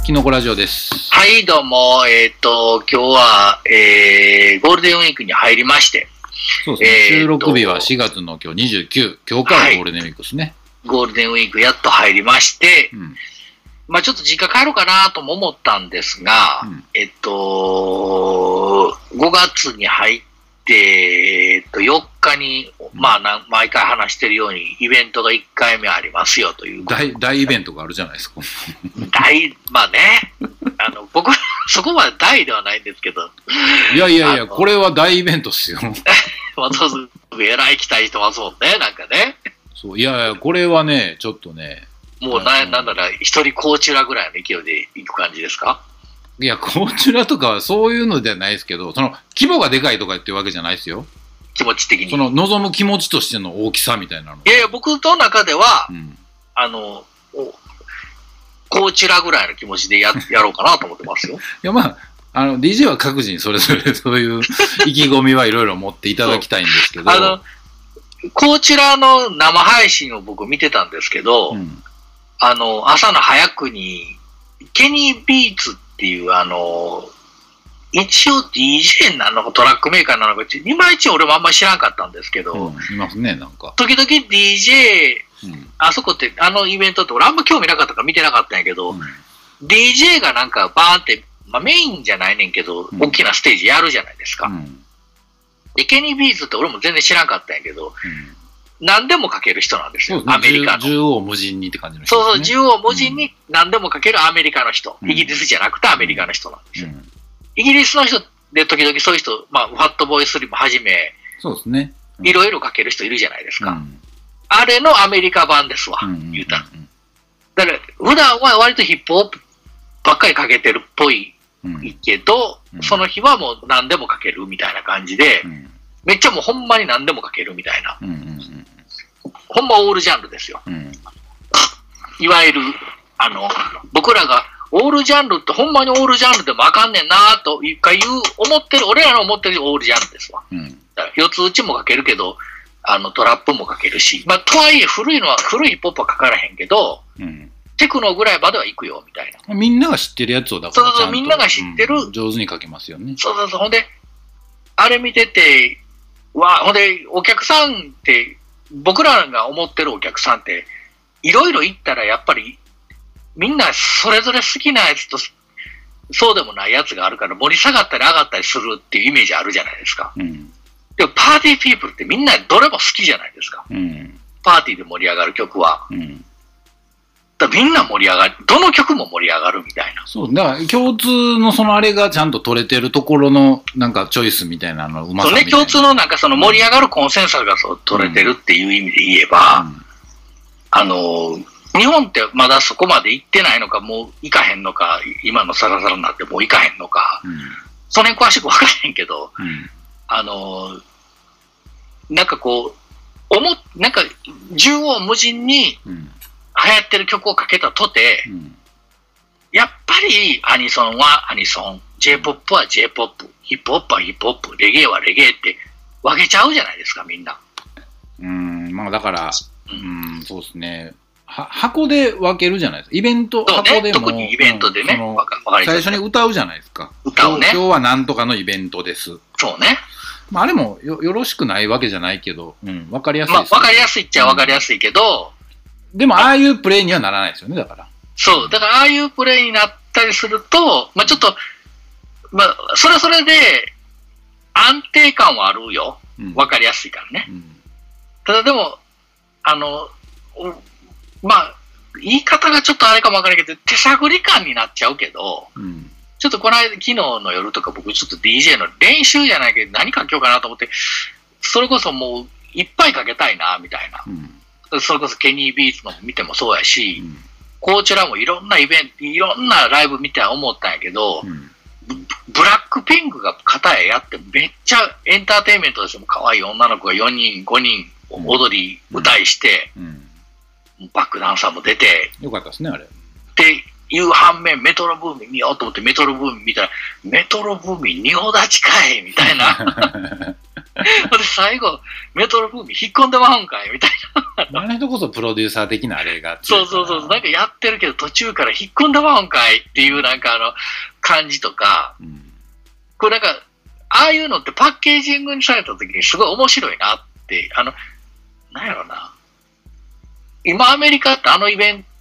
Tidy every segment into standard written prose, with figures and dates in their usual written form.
きのこラジオです。 はい、どうも。今日は、ゴールデンウィークに入りまして。 そうですね。収録日は4月の今日29。今日からゴールデンウィークですね。 ゴールデンウィークやっと入りまして、まあちょっと実家帰ろうかなとも思ったんですが、5月に入って、4日に、まあ毎回話してるようにイベントが1回目ありますよという。 大イベントがあるじゃないですか。 まあね。僕、そこまで大ではないんですけど。 いや、これは大イベントっすよ。 そうえらい期待してますもんね、なんかね。 そう、いや、これはね、ちょっとね。 もうなんなら、一人こちらぐらいの勢いで行く感じですか？ いや、こちらとかはそういうのではないですけど、その、規模がでかいとかっていうわけじゃないですよ。 気持ち的に。 その、望む気持ちとしての大きさみたいなの。 いや、僕の中では、こちらぐらいの気持ちでやろうかなと思ってますよ。 いや、まあ、DJ は各自にそれぞれそういう意気込みはいろいろ持っていただきたいんですけど。 こちらの生配信を僕見てたんですけど、朝の早くに、ケニービーツっていう、一応 DJ なのかトラックメーカーなのか、いまいち俺もあんまり知らんかったんですけど、 いますね、なんか。 時々 DJ、あそこって、イベントって俺あんま興味なかったから見てなかったんやけど、DJ がなんかバーンって、まあメインじゃないねんけど、大きなステージやるじゃないですか。で、ケニービーズって俺も全然知らんかったんやけど、何でもかける人なんですよ、アメリカの。 縦横無尽にって感じの人、 そう、縦横無尽に何でもかけるアメリカの人。イギリスじゃなくてアメリカの人なんですよ。イギリスの人で時々そういう人、まあ、ファットボーイスリムはじめ、 そうですね。 いろいろかける人いるじゃないですか。あれのアメリカ版ですわ、言うたら。だから、普段は割とヒップホップばっかりかけてるっぽいけど、その日はもう何でもかけるみたいな感じで、めっちゃもうほんまに何でもかけるみたいな。ほんまオールジャンルですよ。いわゆる、僕らが、オールジャンルってほんまにオールジャンルでもあかんねんなーというか俺らの思ってるオールジャンルですわ。だから四つ打ちもかけるけど、トラップもかけるし、まあ、とはいえ古いヒップホップはかからへんけど、テクノぐらいまでは行くよ、みたいな。 みんなが知ってるやつをだからそう、みんなが知ってる。 上手にかけますよね。 そう。ほんで、あれ見てて、ほんで、お客さんって、僕らが思ってるお客さんって、いろいろ言ったらやっぱり、みんなそれぞれ好きなやつと、そうでもないやつがあるから盛り下がったり上がったりするっていうイメージあるじゃないですか。でもパーティーピープルってみんなどれも好きじゃないですか。パーティーで盛り上がる曲は。だみんな盛り上がる。どの曲も盛り上がるみたいな。 そう、だから共通のそのあれがちゃんと取れてるところのなんかチョイスみたいなのうまさみたいな。 そうね、共通のなんかその盛り上がるコンセンサスが取れてるっていう意味で言えば、日本ってまだそこまで行ってないのか、もう行かへんのか、今のサラサラになってもう行かへんのか、その辺詳しく分からへんけど、なんかこう、なんか縦横無尽に流行ってる曲をかけたとて、やっぱりアニソンはアニソン、J-POP は J-POP、ヒップホップはヒップホップ、レゲエはレゲエって分けちゃうじゃないですか、みんな。 まあだから、そうですね。箱で分けるじゃないですか。イベント、箱でも。 特にイベントでね。 最初に歌うじゃないですか。 歌うね。 今日はなんとかのイベントです。 そうね。 まああれもよろしくないわけじゃないけど、分かりやすいです。 まあ分かりやすいっちゃ分かりやすいけど、 でもああいうプレイにはならないですよね、だから。 そう。だからああいうプレイになったりすると、まあちょっと、まあそれはそれで安定感はあるよ。分かりやすいからね。ただでも、まあ、言い方がちょっとあれかもわからないけど、手探り感になっちゃうけど、ちょっとこの間、昨日の夜とか僕ちょっと DJ の練習じゃないけど何かけようかなと思って、それこそもういっぱいかけたいな、みたいな。それこそケニービーツの見てもそうやし、こちらもいろんなイベント、いろんなライブ見て思ったんやけど、ブラックピンクが片やってめっちゃエンターテインメントとしても可愛い女の子が4人、5人踊り、歌いして、バックダンサーも出て、 よかったですね、あれ。 っていう反面、メトロブーミン見ようと思ってメトロブーミン見たら、メトロブーミン仁王立ちかいみたいな。 で、最後、メトロブーム引っ込んでまうんかいみたいな。あの人こそプロデューサー的なあれがそうそうそう。なんかやってるけど途中から引っ込んでまうんかいっていうなんか感じとか、これなんか、ああいうのってパッケージングにされた時にすごい面白いなって、なんやろな。今アメリカってイベン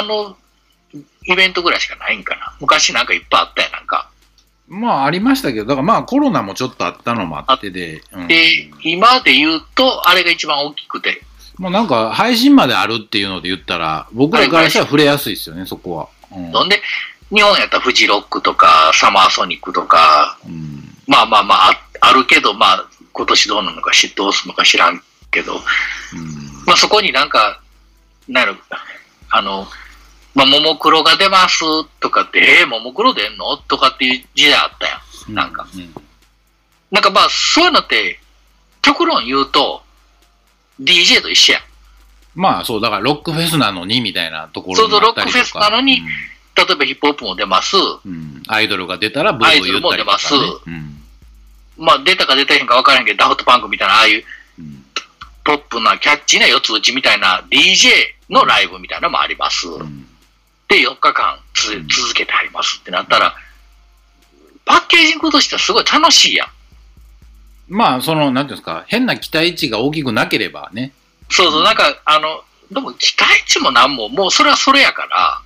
トぐらいしかないんかな。昔なんかいっぱいあったやなんか。 まあありましたけど、だからまあコロナもちょっとあったのもあってで。 で、今で言うと、あれが一番大きくて。 もうなんか配信まであるっていうので言ったら、僕らからしたら触れやすいですよね、そこは。 ほんで、日本やったらフジロックとか、サマーソニックとか、まあまあまあ、あるけど、まあ、今年どうなのかどうするのか知らんけど、まあそこになんか、なんやろ、まあ、ももクロが出ますとかって、ももクロ出んのとかっていう時代あったやん。なんか。なんかまあ、そういうのって、極論言うと、DJ と一緒やん。 まあそう、だからロックフェスなのにみたいなところそうそう、ロックフェスなのに、例えばヒップホップも出ます。 アイドルが出たらブーブー言ったりとか、ね。アイドルも出ます。 まあ、出たか出たへんか分からへんけど、ダフトパンクみたいな、ああいう、ポップなキャッチーな四つ打ちみたいな DJ のライブみたいなのもあります。で、4日間続けてはりますってなったら、パッケージングとしてはすごい楽しいやん。 まあ、なんていうんですか、変な期待値が大きくなければね。 そうそう、なんか、でも期待値もなんも、もうそれはそれやから、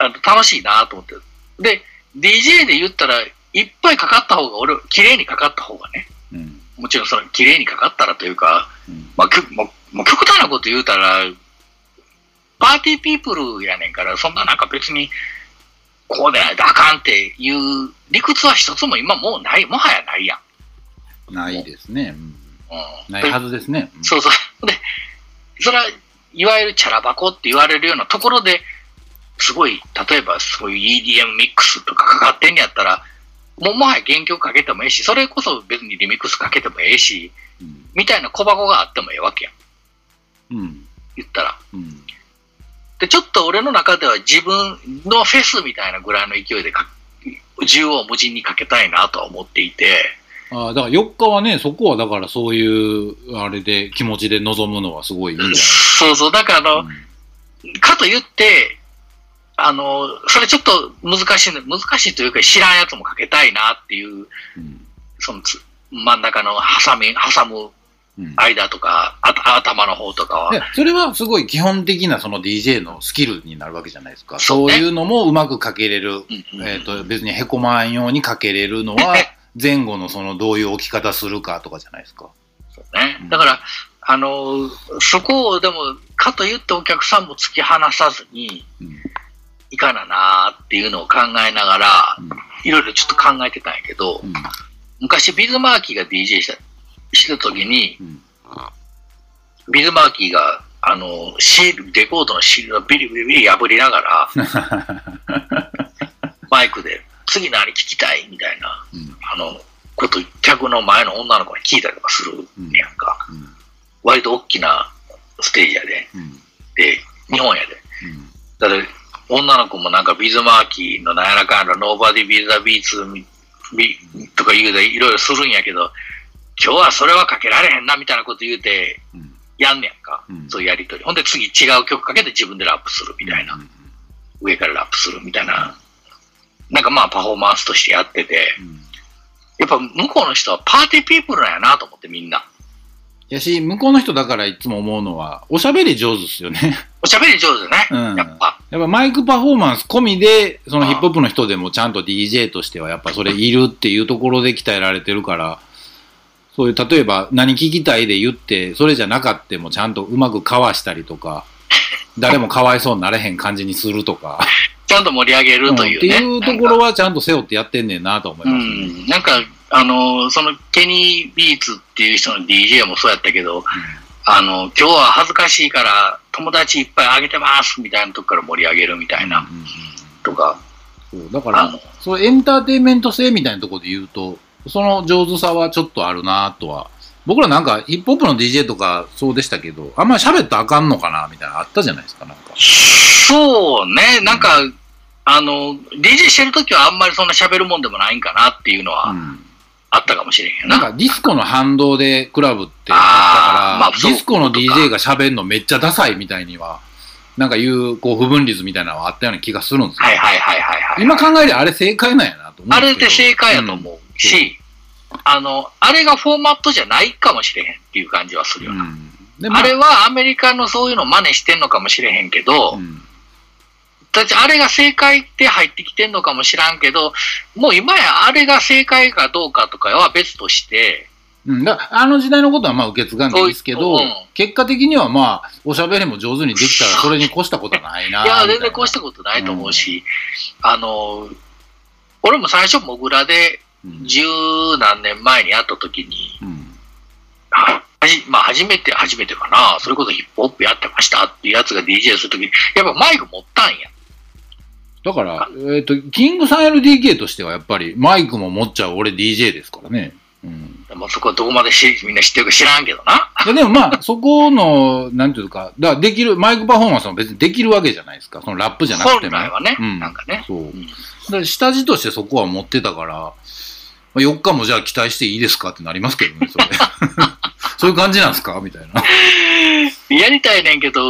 楽しいなと思って。で、DJ で言ったら、いっぱいかかった方が、綺麗にかかった方がね、もちろん綺麗にかかったらというか、まあ、極端なこと言うたら、パーティーピープルやねんから、そんななんか別に、こうでないとあかんっていう理屈は一つも今もうない、もはやないやん。ないですね。ないはずですね。 そうそう。で、それは、いわゆるチャラ箱って言われるようなところで、すごい、例えばそういう EDM ミックスとかかかってんやったら、もはや原曲かけてもええし、それこそ別にリミックスかけてもええし、みたいな小箱があってもええわけやん。言ったら。で、ちょっと俺の中では自分のフェスみたいなぐらいの勢いで縦横無尽にかけたいなとは思っていて。 だから4日はね、そこはだからそういう、あれで気持ちで臨むのはすごいいいんじゃないですか。そうそう、だからかと言って、それちょっと難しいというか知らんやつもかけたいなっていう、その真ん中の挟む間とか、頭の方とかは。 それはすごい基本的なその DJ のスキルになるわけじゃないですか。そういうのもうまくかけれる。別にへこまんようにかけれるのは、前後のどういう置き方するかとかじゃないですか。 そうね。だから、そこをでも、かといってお客さんも突き放さずに、いかななーっていうのを考えながら、いろいろちょっと考えてたんやけど、昔ビズマーキーが DJ した時に、ビズマーキーがレコードのシールをビリビリビリ破りながらマイクで次何聞きたいみたいな、こと客の前の女の子に聞いたりとかするやんか、割と大きなステージやで、で日本やで、だから女の子もなんかビズマーキーのなんやらかんやらノーバディビザビーツとか言うていろいろするんやけど、今日はそれはかけられへんなみたいなこと言うてやんねやんか、そういうやりとり。ほんで次違う曲かけて自分でラップするみたいな、上からラップするみたいな、なんかまあパフォーマンスとしてやってて、やっぱ向こうの人はパーティーピープルなんやなと思って、みんな。 やし、向こうの人だからいつも思うのは、おしゃべり上手っすよね。 おしゃべり上手ね、やっぱマイクパフォーマンス込みで、そのヒップホップの人でもちゃんと DJ としてはやっぱそれいるっていうところで鍛えられてるから、そういう例えば何聞きたいで言って、それじゃなかってもちゃんとうまくかわしたりとか、誰もかわいそうになれへん感じにするとか。 ちゃんと盛り上げるというね。 っていうところはちゃんと背負ってやってんねんなと思いますね。 なんか、そのケニー・ビーツっていう人の DJ もそうやったけど、今日は恥ずかしいから友達いっぱいあげてますみたいなとこから盛り上げるみたいな、とか。 そうだから、そうエンターテインメント性みたいなところで言うと、その上手さはちょっとあるなとは。僕らなんかヒップホップの DJ とかそうでしたけど、あんまり喋ったらあかんのかなみたいなのあったじゃないですか、なんか。 そうね、なんか、DJ してるときはあんまりそんな喋るもんでもないんかなっていうのはあったかもしれへんよな。 なんかディスコの反動でクラブってあったから、ディスコの DJ が喋るのめっちゃダサいみたいには、なんかこう不分率みたいなのはあったような気がするんですよ。今考えりゃあれ正解なんやなと思う。 あれで正解やと思うし、あれがフォーマットじゃないかもしれへんっていう感じはするよな。あれはアメリカのそういうの真似してんのかもしれへんけど、あれが正解で入ってきてんのかもしらんけど、もう今やあれが正解かどうかとかは別として、 あの時代のことはまあ受け継がんでいいですけど、結果的にはまあ、おしゃべりも上手にできたらそれに越したことはないな。 いや、全然越したことないと思うし、俺も最初モグラで十何年前に会った時に、まあ初めてかな、それこそヒップホップやってましたっていうやつが DJ するときに、やっぱマイク持ったんや。 だから、キングさん LDK としてはやっぱりマイクも持っちゃう俺 DJ ですからね。 まあそこはどこまでみんな知ってるか知らんけどな。 でもまあ、そこの、なんていうか、だからできる、マイクパフォーマンスも別にできるわけじゃないですか。そのラップじゃなくても。 本来はね、なんかね。 そう。だから下地としてそこは持ってたから、4日もじゃあ期待していいですかってなりますけどね、それ。そういう感じなんですかみたいな。 やりたいねんけど、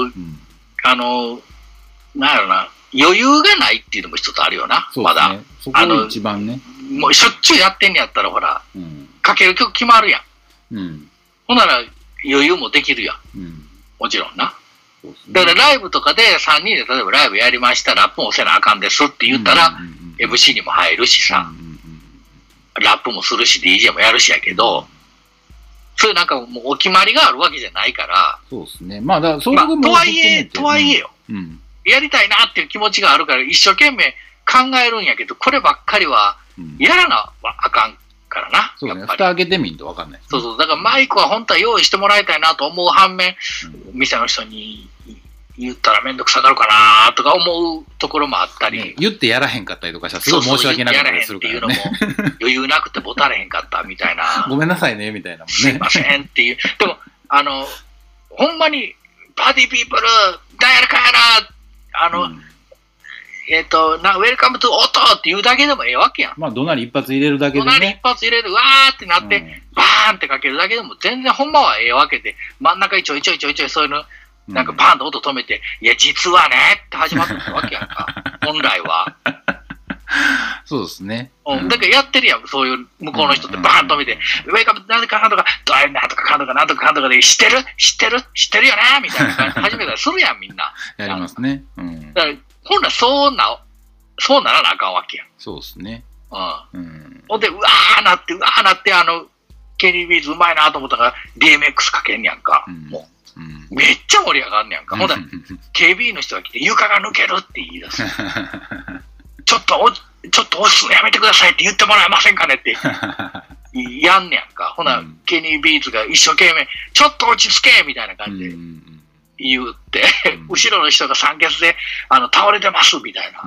なんやろな、余裕がないっていうのも一つあるよな、まだ。 そこが一番ね。 もうしょっちゅうやってんねやったら、ほら、かける曲決まるやん。ほんなら余裕もできるやん。もちろんな。だからライブとかで3人で例えばライブやりました、ラップもせなあかんですって言ったら、MC にも入るしさ、ラップもするし、DJ もやるしやけど、そういうなんかもうお決まりがあるわけじゃないから、 そうですね。まあ、だからそういう部分もとはいえよ、やりたいなっていう気持ちがあるから、一生懸命考えるんやけど、こればっかりはやらなあかんからな。 そうね。蓋開けてみんと分かんない。 そうそう。だからマイクは本当は用意してもらいたいなと思う反面、店の人に言ったらめんどくさがるかなとか思うところもあったり。 言ってやらへんかったりとかしたらすごい申し訳なかったりするからね。 そうそう、言ってやらへんっていうのも余裕なくてボタれへんかったみたいな。 ごめんなさいね、みたいなもんね。 すいませんっていう。でも、ほんまに、パーティーピープル、ダイヤルかやな、ウェルカムトゥ音って言うだけでもええわけやん。 まあ、怒鳴り一発入れるだけでね。 怒鳴り一発入れる、わーってなって、バーンってかけるだけでも全然ほんまはええわけで、真ん中にちょいちょいそういうの、なんかバーンと音止めて、いや、実はねって始まったわけやんか。本来は。 そうですね。 だからやってるやん、そういう向こうの人ってバーンと止めて、ウェイカムなんとかなんとか、なんとかかんとかなんとかかんとかで、知ってるよねみたいな感じで始めたらするやん、みんな。 やりますね。 だから本来そうならなあかんわけやん。 そうですね。 ほんで、うわーなって、ケニービーズうまいなと思ったから、DMX かけんねやんか。もう、めっちゃ盛り上がんねやんか。ほんだら、KB の人が来て、床が抜けるって言い出す。ちょっと押すのやめてくださいって言ってもらえませんかねって、やんねやんか。ほな、ケニービーズが一生懸命、ちょっと落ち着けみたいな感じで。言って、後ろの人が酸欠で倒れてますみたいな、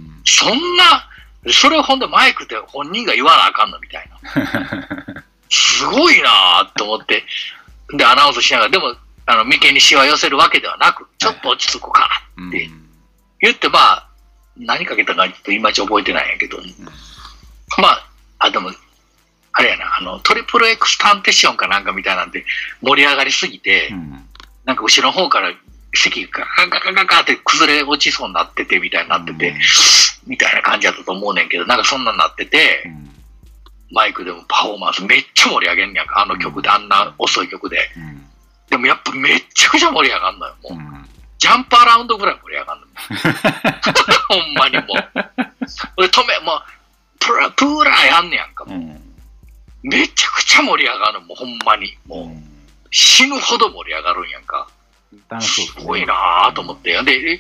それをほんでマイクで本人が言わなあかんのみたいな、すごいなと思って、でアナウンスしながら、でも眉間にしわ寄せるわけではなく、ちょっと落ち着こうかって言って、まあ、何かけたかちょっといまいち覚えてないんやけど、まあ、でも、あれやな、トリプル X タンテッションかなんかみたいなんで盛り上がりすぎて、なんか後ろの方から席がガガって崩れ落ちそうになっててみたいになってて、みたいな感じだったと思うねんけど、なんかそんなになってて、マイクでもパフォーマンスめっちゃ盛り上げんねやんか、あの曲で、あんな遅い曲で。でもやっぱめっちゃくちゃ盛り上がんのよ、もう。ジャンプアラウンドぐらい盛り上がんの。ほんまにもう。で、もう、プーラーやんねやんか、もう。めちゃくちゃ盛り上がるの、もうほんまに。もう。死ぬほど盛り上がるんやんか。すごいなぁと思って。で、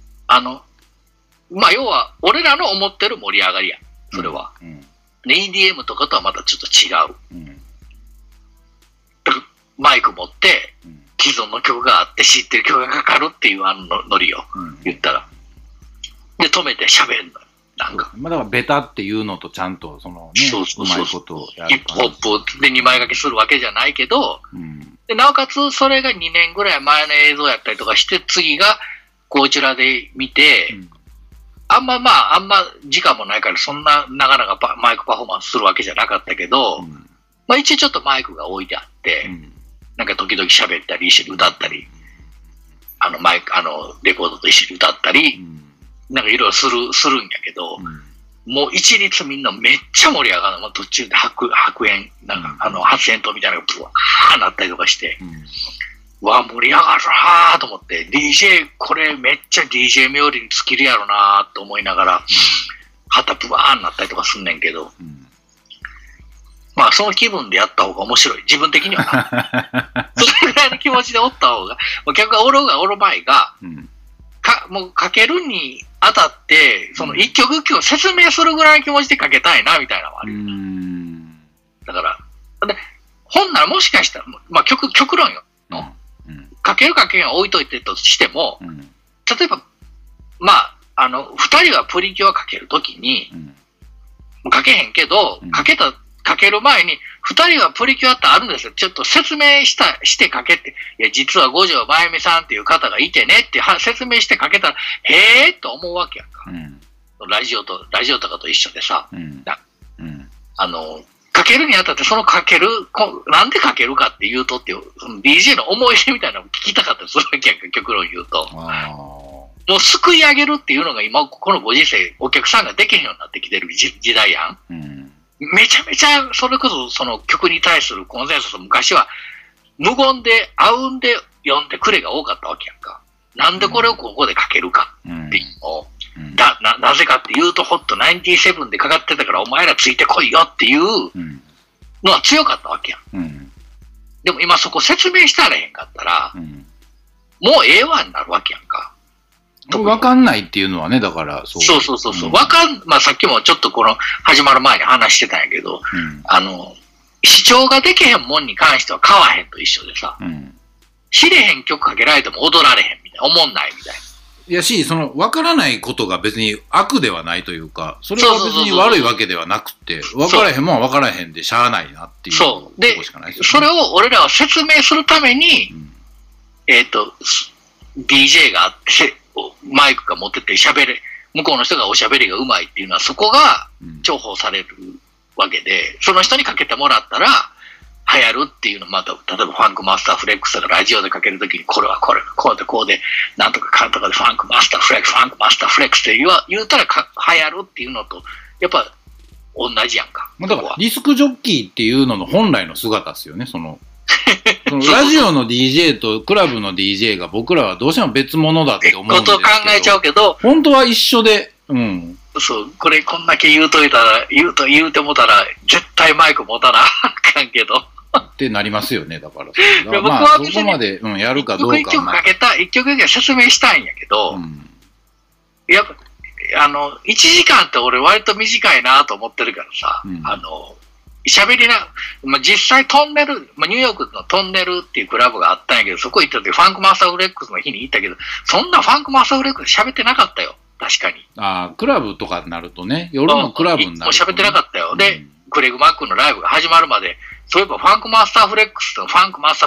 まあ、要は、俺らの思ってる盛り上がりやん。それは。EDM とかとはまたちょっと違う。だからマイク持って、既存の曲があって、知ってる曲がかかるっていうノリを言ったら。で、止めて喋るのよ。なんか。 まあ、だからベタっていうのとちゃんと、うまいことをやる。 ヒップホップで2枚掛けするわけじゃないけど、でなおかつそれが2年ぐらい前の映像やったりとかして、次がこちらで見て、 あんま時間もないから、そんななかなかマイクパフォーマンスするわけじゃなかったけど、まあ一応ちょっとマイクが置いてあって、なんか時々喋ったり、一緒に歌ったり、レコードと一緒に歌ったり、なんかいろいろするんやけど、もう一律みんなめっちゃ盛り上がるの。途中で白煙、なんか発煙筒みたいなのがブワーなったりとかして、わあ盛り上がるなーと思って、DJ、これめっちゃ DJ 冥利に尽きるやろなーと思いながら、旗ブワーになったりとかすんねんけど、まあその気分でやった方が面白い。自分的にはな。それぐらいの気持ちでおった方が、逆がおろうがおろまいが、もうかけるにあたって、その一曲一曲説明するぐらいの気持ちでかけたいな、みたいなのがあるよ。だから、ほんならもしかしたら、まあ極論よ。かけるかけんは置いといてとしても、例えば、まあ、二人がプリキュアかけるときに、かけへんけど、かける前に、二人がプリキュアってあるんですよ。ちょっと説明してかけて、いや、実は五条真由美さんっていう方がいてねって説明してかけたら、へーって思うわけやんか。ラジオとかと一緒でさ、かけるにあたって、そのかける、なんでかけるかっていうとっていう、その DJ の思い出みたいなのを聞きたかったりするわけやんか、極論言うと。もう救い上げるっていうのが今、このご時世、お客さんができへんようになってきてる時代やん。めちゃめちゃ、それこそその曲に対するコンセンサス、昔は無言で、あうんで読んでくれが多かったわけやんか。なんでこれをここでかけるかっていうのを、なぜかっていうと、ホット97でかかってたからお前らついてこいよっていうのは強かったわけやん。でも今そこ説明してあれへんかったら、もうええわになるわけやんか。 わかんないっていうのはね、だからそう。まあさっきもちょっとこの始まる前に話してたんやけど、視聴ができへんもんに関しては買わへんと一緒でさ、知れへん曲かけられても踊られへんみたいな、思んないみたいな。 いやし、わからないことが別に悪ではないというか、それは別に悪いわけではなくて、わからへんもんはわからへんでしゃあないなっていうとこしかないですよね。 それを俺らは説明するために、DJ があって、マイクが持ってて向こうの人がおしゃべりがうまいっていうのは、そこが重宝されるわけで、その人にかけてもらったら、流行るっていうのをまた、例えばファンクマスターフレックスとかラジオでかけるときに、これはこうで、なんとかかんとかでファンクマスターフレックスって言うたら流行るっていうのと、やっぱ同じやんか。 だからディスクジョッキーっていうのの本来の姿ですよね、そのラジオの DJ とクラブの DJ が僕らはどうしても別物だって思うんですけど。 ことを考えちゃうけど、 本当は一緒で、 そう、これこんだけ言うてもたら、絶対マイク持たなあかんけど。 ってなりますよね、だから。 僕はそこまで、やるかどうか。 一曲かけた、一曲だけ説明したいんやけど、やっぱ、1時間って俺割と短いなと思ってるからさ、喋り実際トンネル、ニューヨークのトンネルっていうクラブがあったんやけど、そこ行った時ファンクマスターフレックスの日に行ったけど、そんなファンクマスターフレックス喋ってなかったよ。確かに。 クラブとかになるとね、夜のクラブになると、 喋ってなかったよ。で、クレイグ・マックのライブが始まるまで、そういえばファンクマスターフレックスも聞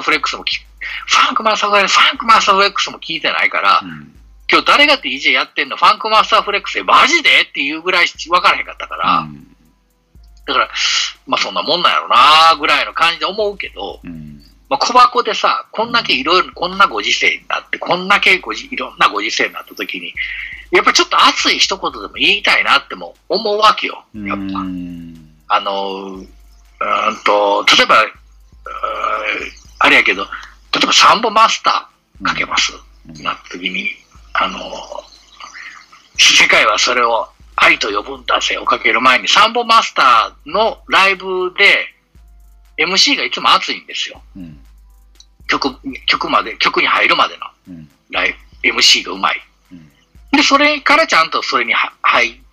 いてないから、今日誰が DJ やってんのファンクマスターフレックスでマジでっていうぐらい分からへんかったから、だから、まあそんなもんなんやろなぐらいの感じで思うけど、小箱でさ、こんだけいろいろ、こんなご時世になって、こんだけいろんなご時世になった時に、やっぱちょっと熱い一言でも言いたいなっても思うわけよ。やっぱ。例えば、あれやけど、例えばサンボマスターかけます。なった時に、世界はそれを愛と呼ぶんだぜをかける前に、サンボマスターのライブで、MC がいつも熱いんですよ。曲に入るまでの、MC がうまい。で、それからちゃんとそれに入って、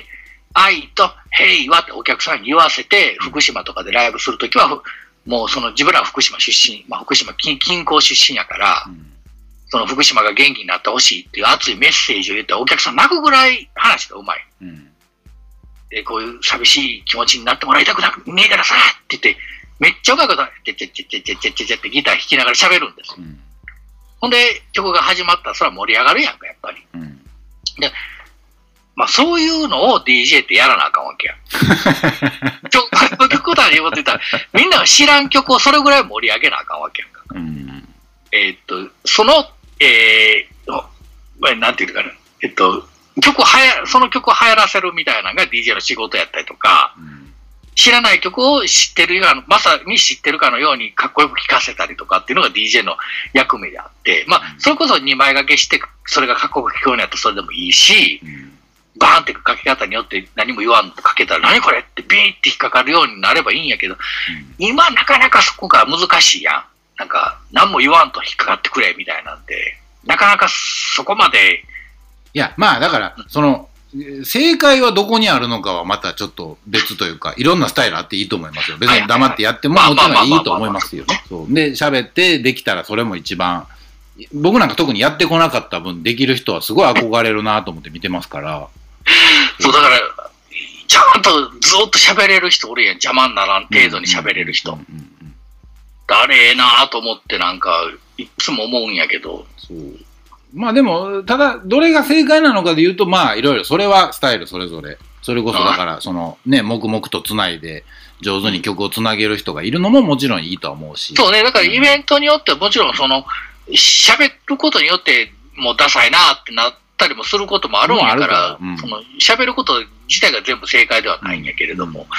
愛とヘイはってお客さんに言わせて、福島とかでライブするときは、もう自分らは福島出身、福島近郊出身やから、その福島が元気になってほしいっていう熱いメッセージを言ったらお客さん泣くぐらい話がうまい。で、こういう寂しい気持ちになってもらいたくなくねえからさって言って、めっちゃうまいこと、ってギター弾きながら喋るんですよ。ほんで、曲が始まったらそれは盛り上がるやんか、やっぱり。でまあそういうのを DJ ってやらなあかんわけや。極端に言うこと言ったら、みんなが知らん曲をそれぐらい盛り上げなあかんわけやんか。その、なんていうかな、その曲を流行らせるみたいなのが DJ の仕事やったりとか、知らない曲を知ってるような、まさに知ってるかのようにかっこよく聴かせたりとかっていうのが DJ の役目であって、まあ、それこそ2枚掛けして、それがかっこよく聴こえるんやったらそれでもいいし、バーンってかけ方によって何も言わんとかけたら何これってビーって引っかかるようになればいいんやけど、今なかなかそこが難しいやん。なんか何も言わんと引っかかってくれみたいなんで、なかなかそこまで。 いや、まあだから、正解はどこにあるのかはまたちょっと別というか、いろんなスタイルあっていいと思いますよ。別に黙ってやってももちろんいいと思いますよね。で、喋ってできたらそれも一番、僕なんか特にやってこなかった分、できる人はすごい憧れるなと思って見てますから。 そう、だから、ちゃんとずっと喋れる人おるやん。邪魔にならん程度に喋れる人。誰ええなと思ってなんか、いつも思うんやけど。 そう。まあでも、ただ、どれが正解なのかで言うと、まあいろいろ、それはスタイルそれぞれ。それこそだから、黙々とつないで、上手に曲をつなげる人がいるのももちろんいいとは思うし。 そうね、だからイベントによってはもちろん喋ることによってもうダサいなってなったりもすることもあるんやから、喋ること自体が全部正解ではないんやけれども、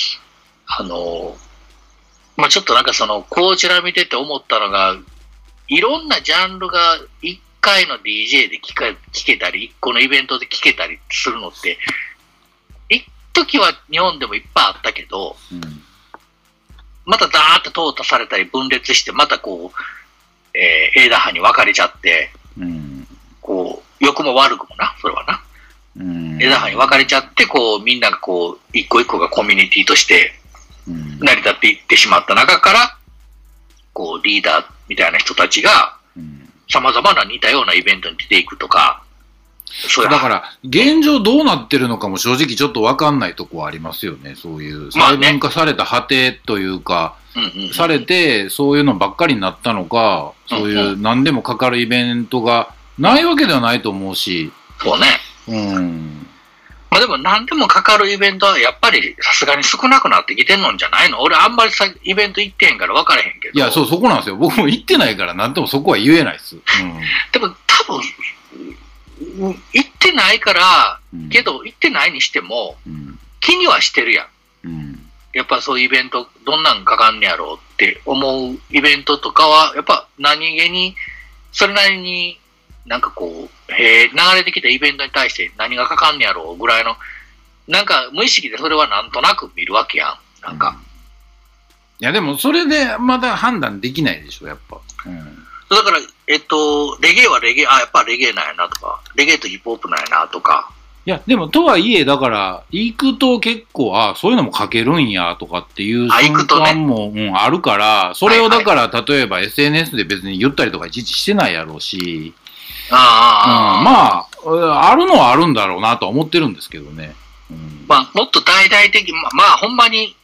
まあちょっとなんかこちら見てて思ったのが、いろんなジャンルが1回の DJ で聴けたり、1個のイベントで聴けたりするのって、一時は日本でもいっぱいあったけど、またダーッと淘汰されたり分裂して、またこう、A 打派に分かれちゃって、こう、良くも悪くもな、それはな。A 打派に分かれちゃって、こう、みんながこう、一個一個がコミュニティとして成り立っていってしまった中から、こう、リーダーみたいな人たちが、様々な似たようなイベントに出ていくとか、 だから、現状どうなってるのかも正直ちょっと分かんないとこはありますよね。そういう細分化された果てというか、されて、そういうのばっかりになったのか、そういう何でもかかるイベントがないわけではないと思うし。 そうね。まあでも何でもかかるイベントはやっぱりさすがに少なくなってきてんのんじゃないの？俺あんまりイベント行ってへんから分からへんけど。 いや、そこなんですよ。僕も行ってないから何でもそこは言えないです。 でも多分、行ってないから、けど行ってないにしても、気にはしてるやん。やっぱそういうイベント、どんなんかかんねやろうって思うイベントとかは、やっぱ何気に、それなりになんかこう、流れてきたイベントに対して何がかかんねやろうぐらいの、なんか無意識でそれはなんとなく見るわけやん。なんか。 いやでもそれでまだ判断できないでしょ、やっぱ。 だから、レゲエはレゲエ、やっぱレゲエなんやなとか、レゲエとヒップホップなんやなとか。 いや、でもとはいえ、だから、行くと結構、そういうのも書けるんやとかっていう瞬間も、あるから、それをだから、例えば SNS で別に言ったりとかいちいちしてないやろうし、まあ、あるのはあるんだろうなとは思ってるんですけどね。 まあ、もっと大々的、まあ、ほんまに、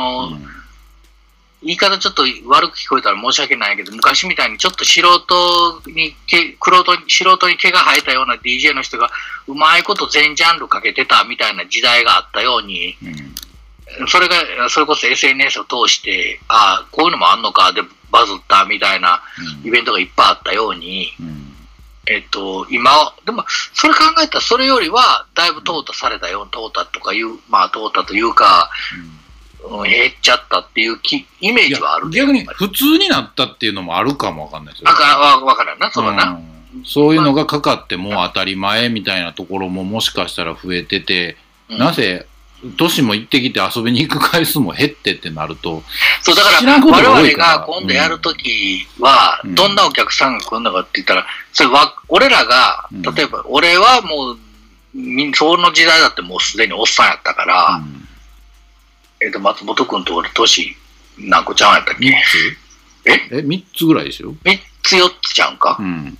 言い方ちょっと悪く聞こえたら申し訳ないけど、昔みたいにちょっと素人に毛が生えたような DJ の人がうまいこと全ジャンルかけてたみたいな時代があったように、それこそ SNS を通して、こういうのもあんのかでバズったみたいなイベントがいっぱいあったように、今、でも、それ考えたらそれよりは、だいぶ淘汰されたよ、淘汰というか、減っちゃったっていうイメージはある。 逆に普通になったっていうのもあるかもわかんないですよ。 わからんな、そらな。 そういうのがかかってもう当たり前みたいなところももしかしたら増えてて、なぜ、年も行ってきて遊びに行く回数も減ってってなると。 そう、だから我々が今度やるときは、どんなお客さんが来るのかって言ったら、それは、俺らが、例えば、俺はもう、その時代だってもうすでにおっさんやったから、松本君と俺、年何個ちゃうんやったっけ？ 3つぐらいでしょ？ 3つ4つちゃうんか？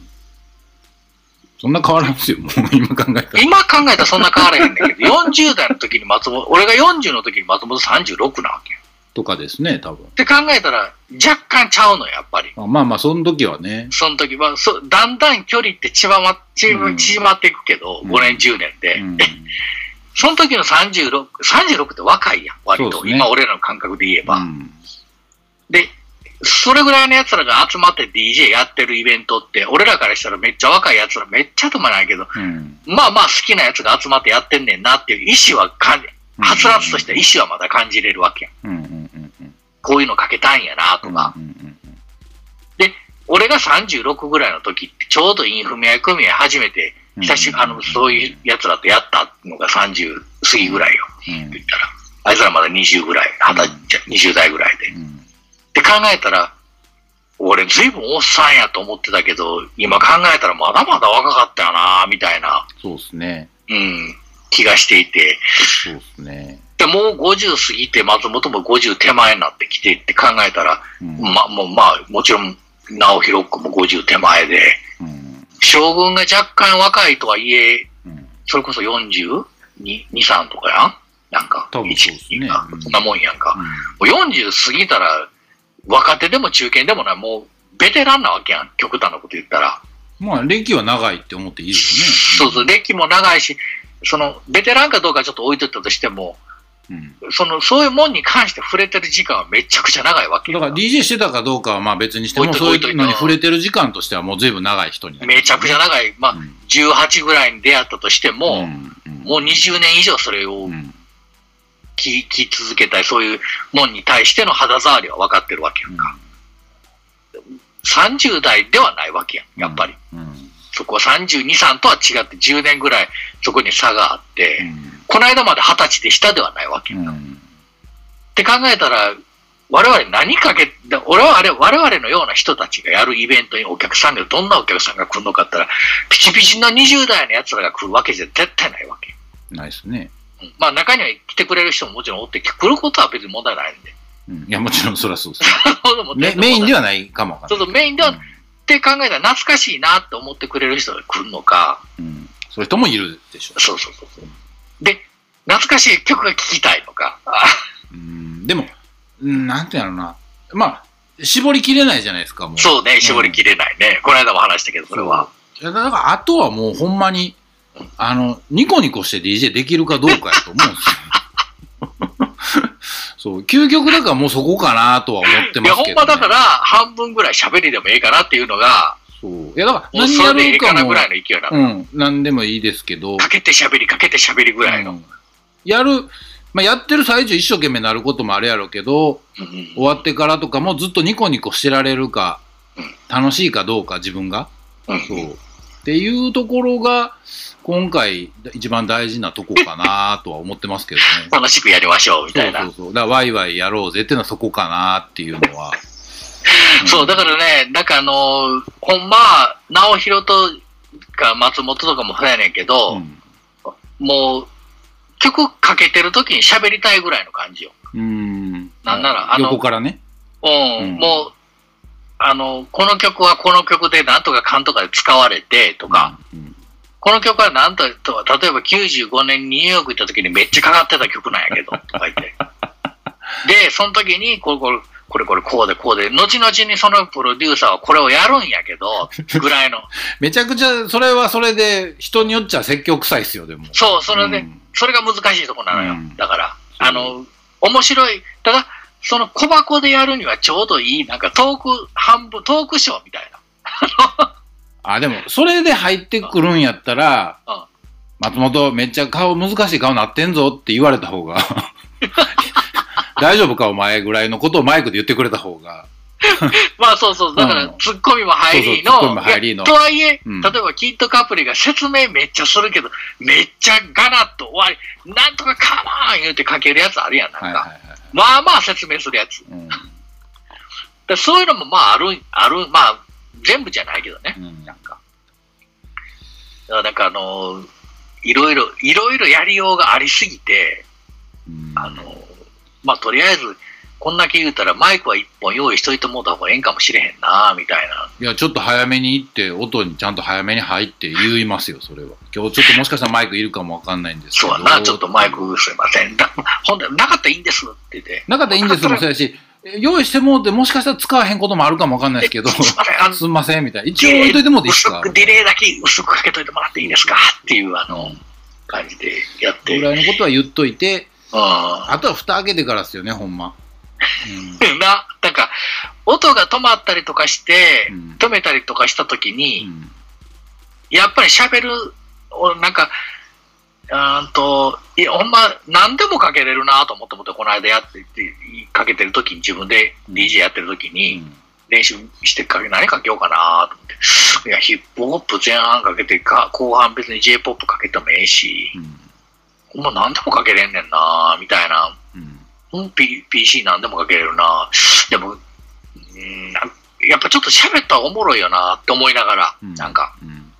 そんな変わらんすよ、もう今考えたら。 今考えたらそんな変わらへんねんけど、40代の時に俺が40の時に松本36なわけ。 とかですね、多分。 って考えたら、若干ちゃうの、やっぱり。 まあまあ、その時はね。 その時は、だんだん距離って縮まっていくけど、5年、10年で。その時の36って若いやん、割と。今、俺らの感覚で言えば。で、それぐらいの奴らが集まって DJ やってるイベントって、俺らからしたらめっちゃ若い奴らめっちゃともないけど、まあまあ好きな奴が集まってやってんねんなっていう意思ははつらつとした意思はまだ感じれるわけやん。こういうのかけたんやなとか。で、俺が36ぐらいの時ってちょうどインフミヤ組合初めてそういう奴らとやったのが30過ぎぐらいよ。言ったら。あいつらまだ20ぐらい、20代ぐらいで。って考えたら、俺ずいぶんおっさんやと思ってたけど、今考えたらまだまだ若かったよな、みたいな。 そうですね。 気がしていて。 そうですね。 でもう50過ぎて、松本も50手前になってきてって考えたら、もちろん、直弘君も50手前で、将軍が若干若いとはいえ、それこそ42、3とかやんなんか、 多分そうですね。 そんなもんやんか。もう40過ぎたら、若手でも中堅でもない、もうベテランなわけやん、極端なこと言ったら。 まあ、歴は長いって思っていいですよね。そうそう、歴も長いし、ベテランかどうかちょっと置いとったとしても、そういうもんに関して触れてる時間はめちゃくちゃ長いわけだから DJ してたかどうかはまあ別にしても、そういうのに触れてる時間としてはもう随分長い人になる。 めちゃくちゃ長い。まあ、18ぐらいに出会ったとしても、もう20年以上それを聞き続けたい、そういうもんに対しての肌触りは分かってるわけやんか。30代ではないわけやん、やっぱり。そこは32、3とは違って10年ぐらいそこに差があって、この間まで20歳で下ではないわけやんか。って考えたら、我々のような人たちがやるイベントにお客さんが、どんなお客さんが来るのかって言ったら、ピチピチな20代の奴らが来るわけじゃ絶対ないわけ。 ないですね。 まあ中には来てくれる人ももちろんおって、来ることは別に問題ないんで。 いや、もちろんそりゃそうですね。メインではないかもわかんない。 そうそう、メインでは、って考えたら懐かしいなって思ってくれる人が来るのか。 そういう人もいるでしょう。 そう。で、懐かしい曲が聴きたいのか。 でも、なんてやろうな。まあ、絞りきれないじゃないですか、もう。 そうね、絞りきれないね。この間も話したけど、それは。 だから、あとはもうほんまに、ニコニコして DJ できるかどうかやと思うんですよ。そう、究極だからもうそこかなとは思ってますけど、ね。いや、 ほんまだから、半分ぐらい喋りでもいいかなっていうのが、 そう。いや、だから、 何やるかもぐらいの勢いなの。何でもいいですけど。 かけて喋りぐらいの。 やってる最中一生懸命なることもあるやろうけど、終わってからとかもずっとニコニコしてられるか、楽しいかどうか、自分が。そう。っていうところが、今回一番大事なとこかなとは思ってますけどね。 楽しくやりましょうみたいな。 そう。だからワイワイやろうぜっていうのはそこかなっていうのは。 そう、だからね、なんかほんまは、直弘とか松本とかもそうやねんけど、もう、曲かけてる時に喋りたいぐらいの感じよ。なんなら、 横からね。 もう、この曲はこの曲でなんとかかんとかで使われてとか、この曲はなんと、例えば95年にニューヨーク行った時にめっちゃかかってた曲なんやけど、とか言って。で、その時に、これこうで、後々にそのプロデューサーはこれをやるんやけど、ぐらいの。 めちゃくちゃ、それはそれで、人によっちゃ説教臭いっすよ、でも。 そう、それで、それが難しいとこなのよ。だから、面白い。ただ、その小箱でやるにはちょうどいい、なんかトークショーみたいな。 でも、それで入ってくるんやったら、松本、めっちゃ難しい顔なってんぞって言われた方が、大丈夫かお前ぐらいのことをマイクで言ってくれた方が。 まあそう。だから、ツッコミも入りの。とはいえ、例えばキッドカプリが説明めっちゃするけど、めっちゃガラッと終わり、なんとかカモーン言うてかけるやつあるやん、なんか。まあまあ説明するやつ。そういうのもまあある、まあ全部じゃないけどね。なんか。だからなんかいろいろやりようがありすぎて、まあとりあえずこんだけ言うたらマイクは1本用意しといてもうた方がええんかもしれへんなみたいな。 いや、ちょっと早めに行って、音にちゃんと早めに入って言いますよ、それは。今日ちょっともしかしたらマイクいるかもわかんないんですけど。 そうやな、ちょっとマイクすいません。ほんで、なかったらいいんですって言って。 なかったらいいんですもそうやし、用意してもうて、もしかしたら使わへんこともあるかもわかんないですけど、すんません、みたいな。一応置いといてもらっていいですか？ ディレイだけ薄くかけといてもらっていいですかっていう感じでやって。 ぐらいのことは言っといて、 あとは蓋開けてからですよね、ほんま。 なんか、音が止まったりとかして、止めたりとかしたときに、やっぱり喋る、なんか、ほんま、何でもかけれるなと思って、この間やってかけてるときに、自分で DJ やってるときに、練習して何かけようかなと思って、いや、ヒップホップ前半かけて後半別に J-POP かけてもええし、ほんま何でもかけれんねんなみたいな。PC 何でもかけれるな。でも、やっぱちょっと喋ったらおもろいよなって思いながら、なんか、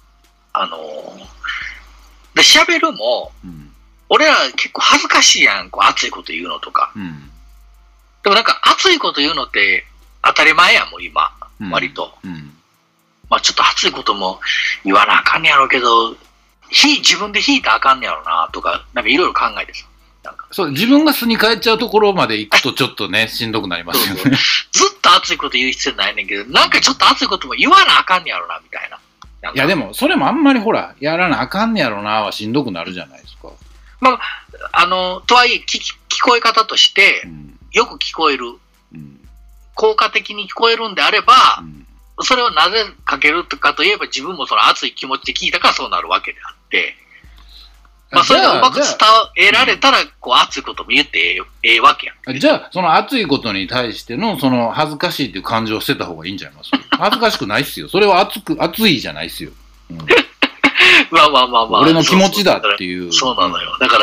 で、喋るも、俺ら結構恥ずかしいやん、こう熱いこと言うのとか。でもなんか熱いこと言うのって当たり前やん、もう今、割と。まあちょっと熱いことも言わなあかんねやろうけど、自分で弾いたらあかんねやろなとか、なんかいろいろ考えてさ。 そう、自分が素に帰っちゃうところまで行くとちょっとね、しんどくなりますよね。 ずっと熱いこと言う必要ないねんけど、なんかちょっと熱いことも言わなあかんねやろな、みたいな。 いやでも、それもあんまりほら、やらなあかんねやろなはしんどくなるじゃないですか。 まあ、とはいえ、聞こえ方として、よく聞こえる、効果的に聞こえるんであれば、それをなぜかけるかといえば、自分もその熱い気持ちで聞いたからそうなるわけであって、まあ、それがうまく伝えられたら、こう、熱いことも言ってええわけやん。 じゃあ、その熱いことに対しての、その恥ずかしいっていう感情を捨てた方がいいんじゃないます？恥ずかしくないっすよ。それは熱いじゃないっすよ。 まあ。 俺の気持ちだっていう。 そうなのよ。だから、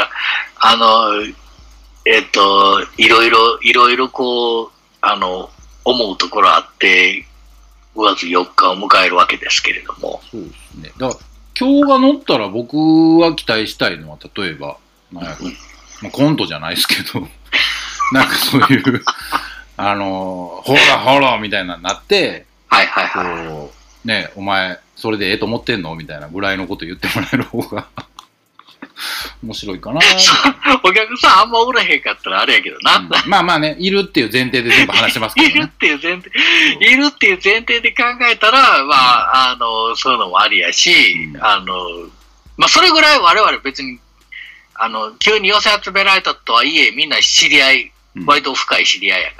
いろいろこう、思うところあって、5月4日を迎えるわけですけれども。 そうですね。だから今日が乗ったら僕は期待したいのは、例えば、まあ、コントじゃないですけど、なんかそういう、ほらみたいなのになって、こう、ね、お前、それでええと思ってんのみたいなぐらいのこと言ってもらえる方が面白いかな。 お客さんあんまおらへんかったらあれやけどな。 まあまあね、いるっていう前提で全部話してますけどね。 いるっていう前提で考えたら、まあ、そういうのもありやし、まあ、それぐらい我々別に、急に寄せ集められたとはいえ、みんな知り合い、割と深い知り合いやから、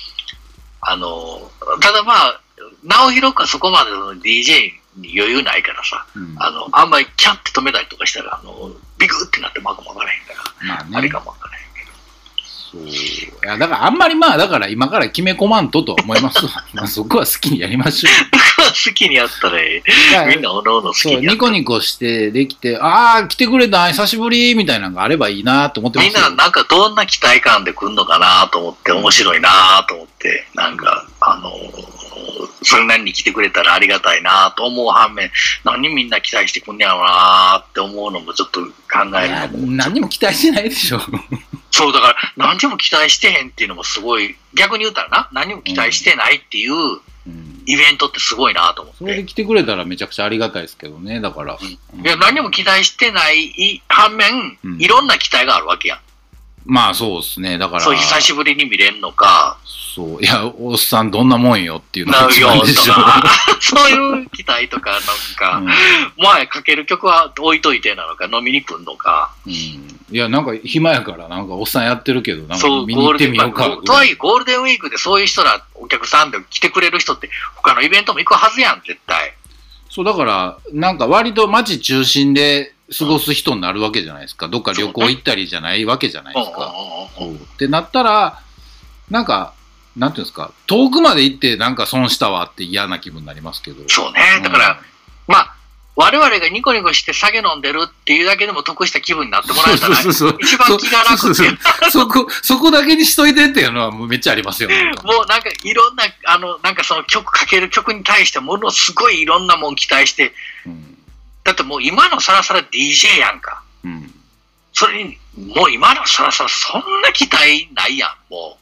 ただまあ、直弘かそこまでの DJ に余裕ないからさ、あんまりキャッて止めたりとかしたら、ビクってなってマークもわからへんから、 まあね、 あれかもわからへんけど。 そう。いや、だからあんまりまあ、だから今から決め込まんとと思います。まあそこは好きにやりましょう。 好きにやったらみんなおのおの好きにやったら。 ニコニコしてできて、ああ、来てくれた、久しぶりみたいなのがあればいいなと思ってます。 みんななんかどんな期待感で来るのかなと思って、面白いなと思って、なんか、それなりに来てくれたらありがたいなと思う反面、何みんな期待してくんねやろうなって思うのもちょっと考えるのも。 何も期待してないでしょ。 そう、だから何にも期待してへんっていうのもすごい、逆に言うたらな、何も期待してないっていうイベントってすごいなと思って。 それで来てくれたらめちゃくちゃありがたいですけどね、だから。いや、何も期待してない反面、いろんな期待があるわけやん。 まあそうですね、だから。そう、 久しぶりに見れんのか。 そう、いや、おっさんどんなもんよっていうのが一番でしょ。 そういう期待とか、なんか、前かける曲は置いといてなのか、飲みに来んのか。 いや、なんか暇やから、なんかおっさんやってるけど、なんか見に行ってみようか。 とはいえ、ゴールデンウィークでそういう人ら、お客さんで来てくれる人って、他のイベントも行くはずやん、絶対。 そう、だから、なんか割と街中心で過ごす人になるわけじゃないですか。どっか旅行行ったりじゃないわけじゃないですか。ってなったら、なんか、なんていうんですか、遠くまで行ってなんか損したわって嫌な気分になりますけど。 そうね。だから、まあ、我々がニコニコして酒飲んでるっていうだけでも得した気分になってもらえたら、一番気が楽っていう。 そこだけにしといてっていうのはもうめっちゃありますよね。 もうなんかいろんな、なんかそのかける曲に対してものすごいいろんなもん期待して、だってもう今のサラサラ DJ やんか。それに、もう今のサラサラそんな期待ないやん、もう。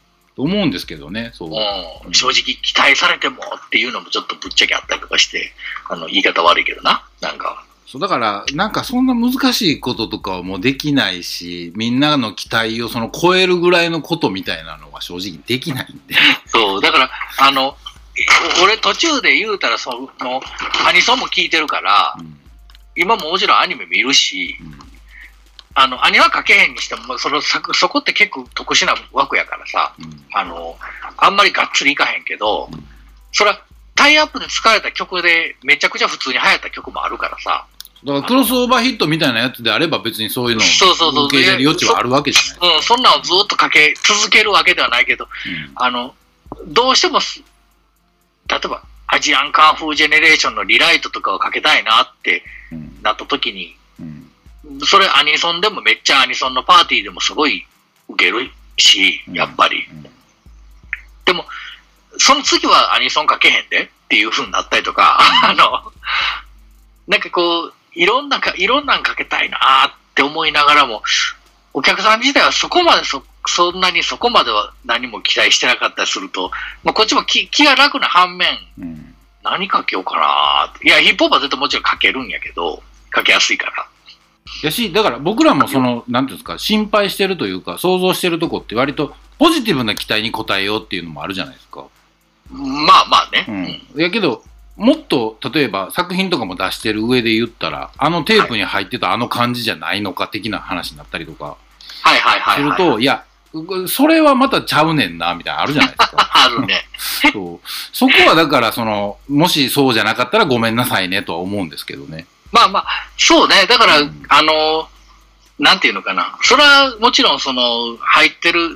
思うんですけどね、そう。 正直期待されてもっていうのもちょっとぶっちゃけあったりとかして、言い方悪いけどな、なんか。 そうだから、なんかそんな難しいこととかはもうできないし、みんなの期待を超えるぐらいのことみたいなのは正直できないんで。 そう、だから、俺途中で言うたら、アニソンも聞いてるから、今ももちろんアニメ見るし、アニは書けへんにしても、そこって結構特殊な枠やからさ、あんまりがっつりいかへんけど、それはタイアップで使われた曲でめちゃくちゃ普通に流行った曲もあるからさ。 だからクロスオーバーヒットみたいなやつであれば別にそういうのを受け入れる余地はあるわけじゃない。 そんなのずっとかけ続けるわけではないけど、どうしても、例えばアジアンカンフージェネレーションのリライトとかをかけたいなってなった時に、それアニソンでもめっちゃアニソンのパーティーでもすごい受けるし、やっぱり。でも、その次はアニソンかけへんでっていう風になったりとか、なんかこう、いろんなんかけたいなって思いながらも、お客さん自体はそこまでそこまでは何も期待してなかったりすると、こっちも気が楽な反面、何かけようかなって。いや、ヒップホップは絶対もちろんかけるんやけど、かけやすいから。 だから僕らもなんていうんですか、心配してるというか、想像してるとこって割とポジティブな期待に応えようっていうのもあるじゃないですか。 まあね。 やけど、もっと例えば作品とかも出してる上で言ったら、テープに入ってた感じじゃないのか的な話になったりとかすると、いや、それはまたちゃうねんなみたいなのあるじゃないですか。 あるね。 そこはだからもしそうじゃなかったらごめんなさいねとは思うんですけどね。 まあ、そうね。だから、なんていうのかな。それはもちろん入ってる、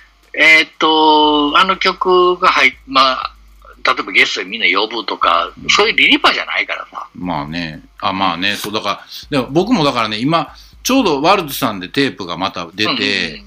曲が例えばゲストでみんな呼ぶとか、そういうリリパじゃないからさ。 まあね。そうだから、でも僕もだからね、今、ちょうどワルツさんでテープがまた出て、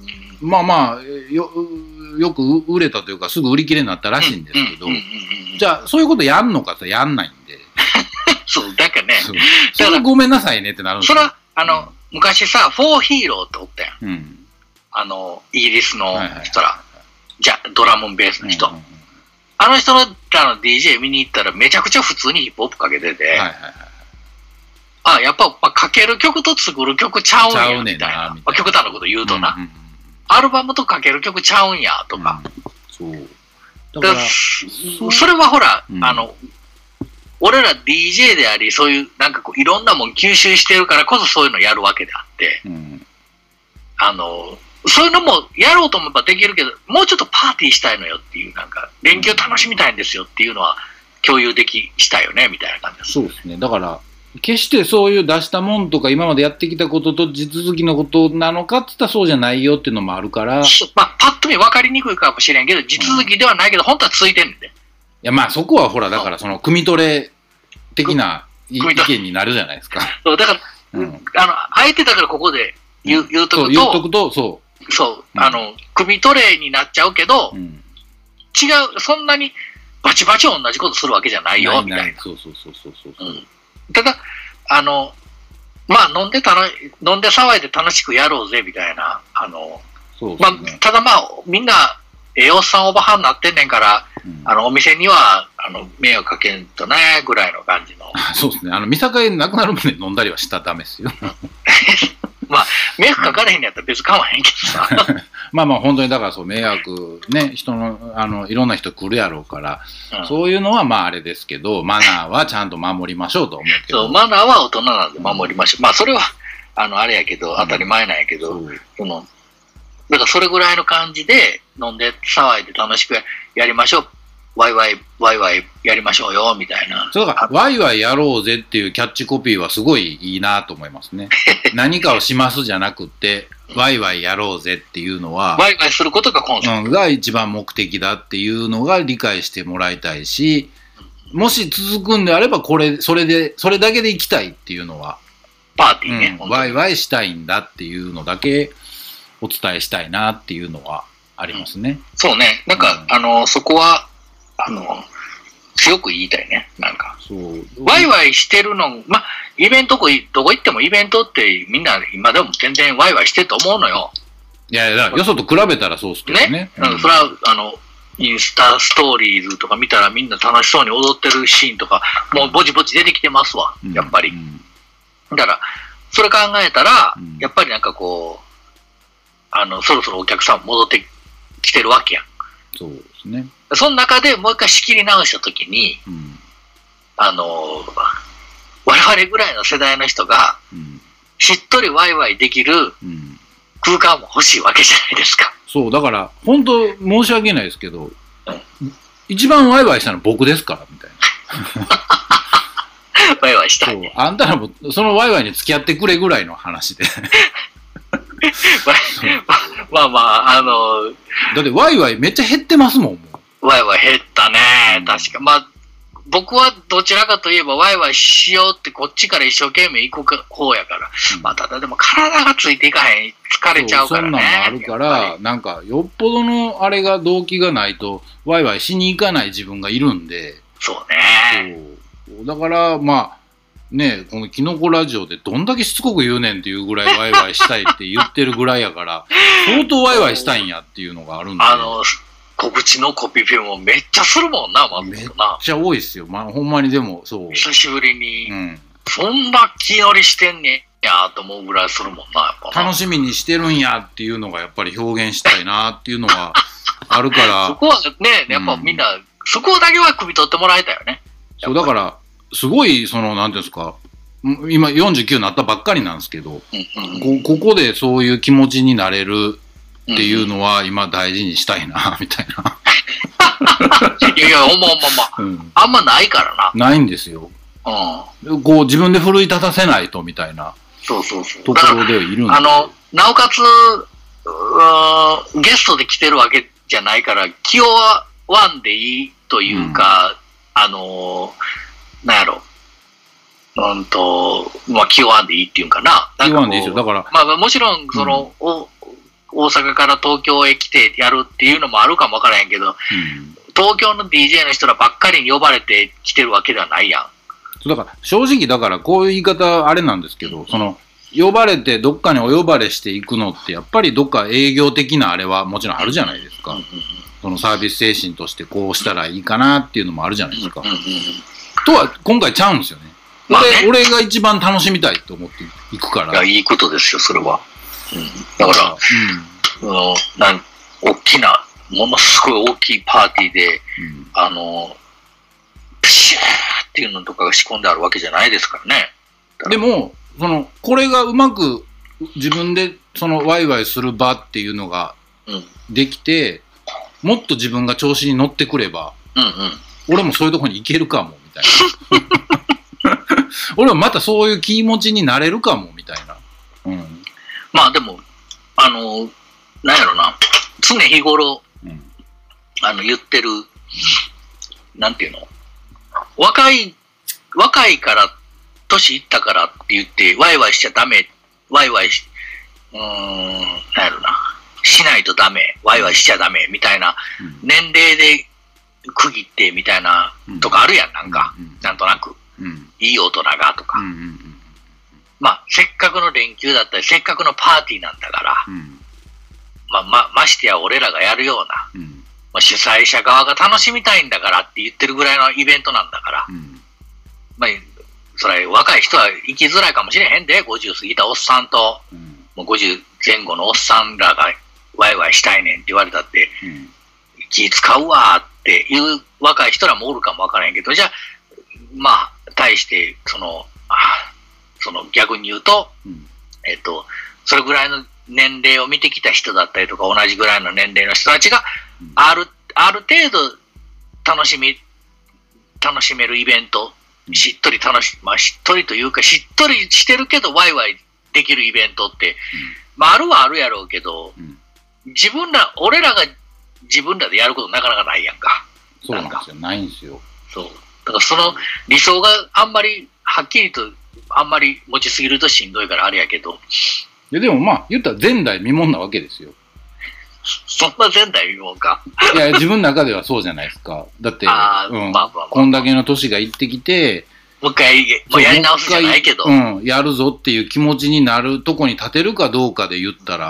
よく売れたというか、すぐ売り切れになったらしいんですけど、じゃあ、そういうことやんのかってやんないんで。 そう、だからね。 それごめんなさいねってなるんですよ。 それは、昔さ、フォーヒーローっておったやん。イギリスの人ら、ドラムベースの人。あの人らの DJ 見に行ったらめちゃくちゃ普通にヒップホップかけてて、やっぱかける曲と作る曲ちゃうんや、みたいな。極端なこと言うとな。アルバムとかける曲ちゃうんや、とか。だからそれはほら、俺ら DJ であり、そういう、なんかこう、いろんなもん吸収してるからこそそういうのやるわけであって、そういうのもやろうと思えばできるけど、もうちょっとパーティーしたいのよっていう、なんか、連休楽しみたいんですよっていうのは共有したいよね、みたいな感じです。 そうですね。だから、決してそういう出したもんとか今までやってきたことと地続きのことなのかって言ったらそうじゃないよっていうのもあるから。 パッと見分かりにくいかもしれんけど、地続きではないけど、本当はついてんねんで。いや、そこはほら、だから汲み取れ的な意見になるじゃないですか。 そう、だから、相手だからここで言うとくと、そう、汲み取れになっちゃうけど、違う、そんなにバチバチ同じことするわけじゃないよ、みたいな。ただ、飲んで騒いで楽しくやろうぜ、みたいな。ただみんな、おっさんおばはんになってんねんから、お店には、迷惑かけんとね、ぐらいの感じの。 そうですね。見境なくなるまで飲んだりはしたらダメですよ。 迷惑かかれへんやったら別に買わへんけどさ。 本当にだから迷惑ね、いろんな人来るやろうから、そういうのはあれですけど、マナーはちゃんと守りましょうと思うけど。 そう、マナーは大人なんで守りましょう。それは、あれやけど、当たり前なんやけど、だからそれぐらいの感じで、飲んで騒いで楽しくやりましょう。ワイワイやりましょうよ、みたいな。 そうか、ワイワイやろうぜっていうキャッチコピーはすごいいいなと思いますね。何かをしますじゃなくて、ワイワイやろうぜっていうのは、 ワイワイすることがコンセプト。 が一番目的だっていうのが理解してもらいたいし、もし続くんであれば、それだけで行きたいっていうのは、 パーティーね。 ワイワイしたいんだっていうのだけお伝えしたいなっていうのはありますね。 そうね。なんか、そこは、強く言いたいね。なんか。ワイワイしてるの、イベントどこ行ってもイベントってみんな今でも全然ワイワイしてると思うのよ。 いやいや、よそと比べたらそうっすけどね。 ね。それは、インスタストーリーズとか見たらみんな楽しそうに踊ってるシーンとか、もうぼちぼち出てきてますわ、やっぱり。だから、それ考えたら、やっぱりなんかこう、そろそろお客さん戻ってきてるわけやん。 そうですね。 その中でもう一回仕切り直したときに、我々ぐらいの世代の人が、しっとりワイワイできる空間も欲しいわけじゃないですか。 そう、だから、本当申し訳ないですけど、一番ワイワイしたのは僕ですから、みたいな。 ワイワイしたい、 ね。あんたらもそのワイワイに付き合ってくれぐらいの話で。 まあまあ、 だってワイワイめっちゃ減ってますもん、もう。ワイワイ減ったね、確か。まあ、僕はどちらかといえばワイワイしようってこっちから一生懸命行く方やから。まあ、ただでも体がついていかへん、疲れちゃうからね。 そんなんもあるから、なんか、よっぽどのあれが動機がないと、ワイワイしに行かない自分がいるんで。 そうね。 そう。だから、まあ、ね、このキノコラジオでどんだけしつこく言うねんっていうぐらいワイワイしたいって言ってるぐらいやから、相当ワイワイしたいんやっていうのがあるんで。 告知のコピペもめっちゃするもんな、まずな。 めっちゃ多いっすよ。まあ、ほんまにでも、そう。 久しぶりに、そんな気乗りしてんねやと思うぐらいするもんな、やっぱな。 楽しみにしてるんやっていうのがやっぱり表現したいなっていうのがあるから。 そこはね、やっぱみんな、そこだけは汲み取ってもらいたいよね。 そう、だから、すごい、なんていうんですか、今49になったばっかりなんですけど、ここでそういう気持ちになれるっていうのは今大事にしたいな、みたいな。 いやいや、あんまないからな。 ないんですよ。こう自分で奮い立たせないとみたいなところでいるんですよ。 なおかつ、ゲストで来てるわけじゃないから、気負わんでいいというか、なんやろ。まあ、気負わんでいいっていうんかな。 気負わんでいいですよ。だから。 まあ、もちろん、大阪から東京へ来てやるっていうのもあるかもわからへんけど、東京の DJ の人らばっかりに呼ばれて来てるわけではないやん。 だから、正直だからこういう言い方あれなんですけど、呼ばれてどっかにお呼ばれしていくのってやっぱりどっか営業的なあれはもちろんあるじゃないですか。そのサービス精神としてこうしたらいいかなっていうのもあるじゃないですか。とは今回ちゃうんですよね。俺が一番楽しみたいと思っていくから。 いや、いいことですよ、それは。だから、大きな、ものすごい大きいパーティーで、プシューっていうのとかが仕込んであるわけじゃないですからね。 でも、これがうまく自分でワイワイする場っていうのができて、もっと自分が調子に乗ってくれば、俺もそういうところに行けるかも、みたいな。俺もまたそういう気持ちになれるかも、みたいな。 まあでも、なんやろな、常日頃、言ってる、なんていうの、若いから、年いったからって言って、ワイワイしちゃダメ、ワイワイなんやろな、しないとダメ、ワイワイしちゃダメ、みたいな、年齢で区切ってみたいなとかあるやん、なんか、なんとなく。いい大人がとか。まあ、せっかくの連休だったり、せっかくのパーティーなんだから、ましてや俺らがやるような、主催者側が楽しみたいんだからって言ってるぐらいのイベントなんだから、まあ、それ若い人は行きづらいかもしれへんで、50過ぎたおっさんと、もう50前後のおっさんらがワイワイしたいねんって言われたって、気使うわっていう若い人らもおるかもわからへんけど、じゃあ、まあ、対して、逆に言うと、それぐらいの年齢を見てきた人だったりとか、同じぐらいの年齢の人たちが、ある程度楽しめるイベント、しっとりしっとりというか、しっとりしてるけど、ワイワイできるイベントって、まあ、あるはあるやろうけど、俺らが自分らでやることなかなかないやんか。 そうなんですよ。ないんですよ。 そう。だからその理想があんまり、はっきりと、あんまり持ちすぎるとしんどいからあれやけど。 でもまあ、言ったら前代未聞なわけですよ。 そんな前代未聞か。 いや、自分の中ではそうじゃないですか。だって、こんだけの年が行ってきて、 もう一回、もうやり直すじゃないけど。 やるぞっていう気持ちになるとこに立てるかどうかで言ったら、